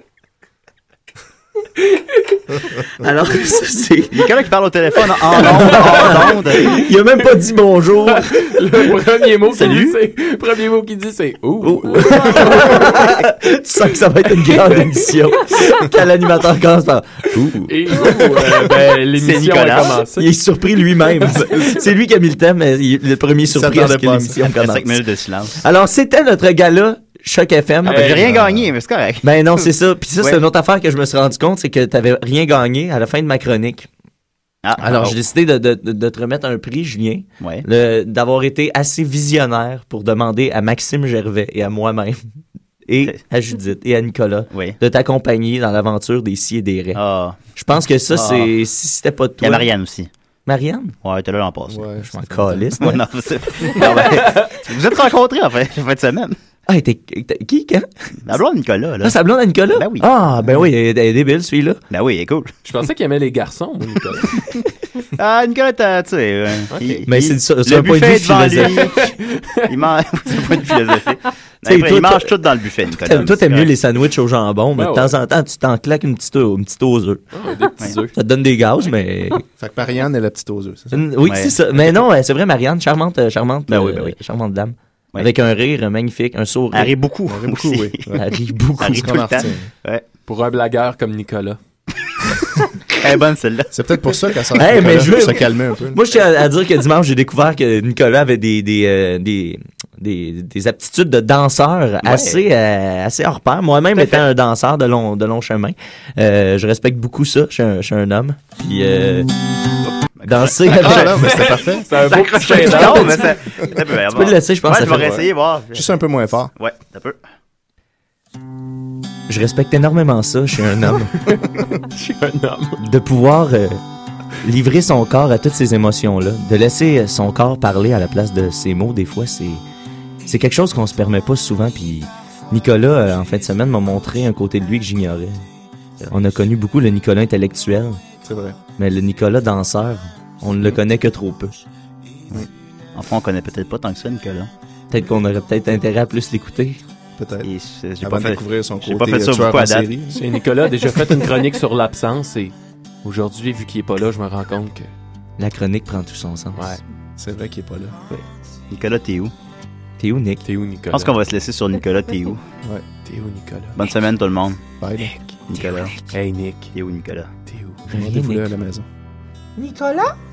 J: Alors, ça, c'est...
F: Nicolas qui parle au téléphone en ondes, en ondes.
J: Il a même pas dit bonjour.
I: Le premier mot qu'il
F: Salut.
I: dit, c'est... Premier mot qu'il dit, c'est « Ouh!
J: Tu sens que ça va être une grande émission. Quand l'animateur commence par Ouh. »
I: Et ouh, euh, ben, l'émission a
F: Nicolas.
I: commencé.
J: Il est surpris lui-même. C'est lui qui a mis le thème, mais il est le premier surpris à ce
H: s'attendait
J: que
H: pas à
J: l'émission
F: Après
J: commence.
F: cinq minutes de silence.
J: Alors, c'était notre gala Choc F M.
F: Ah, ben, j'ai rien gagné, mais c'est correct.
J: Ben non, c'est ça. Puis ça, c'est
F: Ouais.
J: une autre affaire que je me suis rendu compte, c'est que t'avais rien gagné à la fin de ma chronique.
F: Ah,
J: Alors,
F: ah,
J: j'ai décidé de, de, de, de te remettre un prix, Julien,
F: Ouais.
J: le- d'avoir été assez visionnaire pour demander à Maxime Gervais et à moi-même, et à Judith et à Nicolas,
F: Oui.
J: de t'accompagner dans l'aventure des si et des raies.
F: Ah.
J: Je pense que ça,
F: Ah.
J: c'est... Si c'était pas de
F: Il y
J: toi...
F: a Marianne aussi.
J: Marianne?
F: Ouais, t'es là l'an passé.
H: Ouais,
J: Je m'en calisse.
F: Ouais, non, c'est- non, ben, vous êtes rencontrés en fait, en fin de semaine.
J: Ah, t'es, t'es- qui, quand?
F: La blonde Nicolas, là.
J: Ah, sa blonde à Nicolas?
F: Ben oui.
J: Ah, ben oui, elle, elle est débile, celui-là.
F: Ben oui, il est cool.
I: Je pensais qu'il aimait les garçons, moi, Nicolas.
F: Ah, Nicolas, t'as- tu sais... euh, il-
J: Mais
F: il-
J: c'est ça- c'est
F: le
J: un point de vue
F: buffet devant lui,
J: philosophique.
F: Il mange... C'est un point de vue philosophique.
J: Tu sais,
F: Après,
J: toi,
F: il mange
J: toi-
F: tout dans le buffet, Nicolas.
J: Toi, t'aimes
F: C'est
J: mieux
F: correct.
J: les sandwichs au jambon, mais
F: Ben
J: de temps en temps, tu t'en claques une petite, une petite aux œufs.
I: Ah, des petits œufs.
J: Ça te donne des gaz, mais...
H: Fait que Marianne est la petite aux œufs, c'est ça?
J: Oui,
H: Ouais.
J: c'est ça. Mais non, euh, c'est vrai, Marianne, charmante, euh, charmante,
F: Ben oui,
J: euh,
F: ben oui.
J: charmante dame.
F: Ouais.
J: Avec un rire magnifique, un sourire.
F: Elle rit beaucoup.
H: Elle rit beaucoup,
F: aussi.
H: oui.
J: Elle rit beaucoup.
F: Elle rit tout le temps.
H: Martin.
F: Ouais.
I: Pour un blagueur comme Nicolas.
F: Elle est bonne, celle-là.
H: C'est peut-être pour ça qu'elle s'en
J: Hey, mais je veux
H: se calmer un peu.
J: Moi, je tiens à, à dire que dimanche, j'ai découvert que Nicolas avait des des euh, des, des, des aptitudes de danseur assez euh, assez hors pair. Moi-même étant un danseur de long de long chemin, euh, je respecte beaucoup ça. Je suis un, je suis un homme. Puis euh, danser avec.
H: Ah, non, mais c'était parfait.
I: C'est un beau petit chien
F: Non,
I: d'âme.
F: mais ça...
J: Tu peux le laisser, je pense.
F: Ouais,
J: que
F: je
J: ça
F: vais
J: fait-
F: réessayer, voir.
H: Juste un peu moins fort.
F: Ouais, ça peut.
J: Je respecte énormément ça. Je suis un homme.
I: Je suis un homme.
J: De pouvoir euh, livrer son corps à toutes ces émotions-là, de laisser son corps parler à la place de ses mots, des fois, c'est c'est quelque chose qu'on se permet pas souvent. Puis Nicolas, euh, en fin de semaine, m'a montré un côté de lui que j'ignorais. On a connu beaucoup le Nicolas intellectuel,
H: C'est vrai.
J: mais le Nicolas danseur, on ne le connaît que trop peu.
F: Enfin, on connaît peut-être pas tant que ça, Nicolas.
J: Peut-être qu'on aurait peut-être intérêt à plus l'écouter.
H: Peut-être.
F: Et c'est- J'ai
H: Avant
F: pas
H: de
F: fait...
H: découvrir son
F: J'ai
H: côté
F: pas fait ça
H: tueur
F: beaucoup
H: en
F: à date.
H: série.
I: Et Nicolas a déjà fait une chronique sur l'absence et aujourd'hui, vu qu'il est pas là, je me rends compte que...
J: La chronique prend tout son sens.
I: Ouais.
H: C'est vrai qu'il est pas là.
F: Nicolas, t'es où?
J: T'es où, Nick?
I: T'es où,
F: Je
I: Nicolas?
F: pense qu'on va se laisser sur Nicolas, t'es où?
H: Ouais.
I: T'es où, Nicolas?
F: Bonne semaine, tout le monde.
H: Bye.
I: Nick.
F: Nicolas.
I: Hey, Nick.
F: T'es où, Nicolas?
I: T'es où?
H: Rendez-vous là à la maison.
R: Nicolas?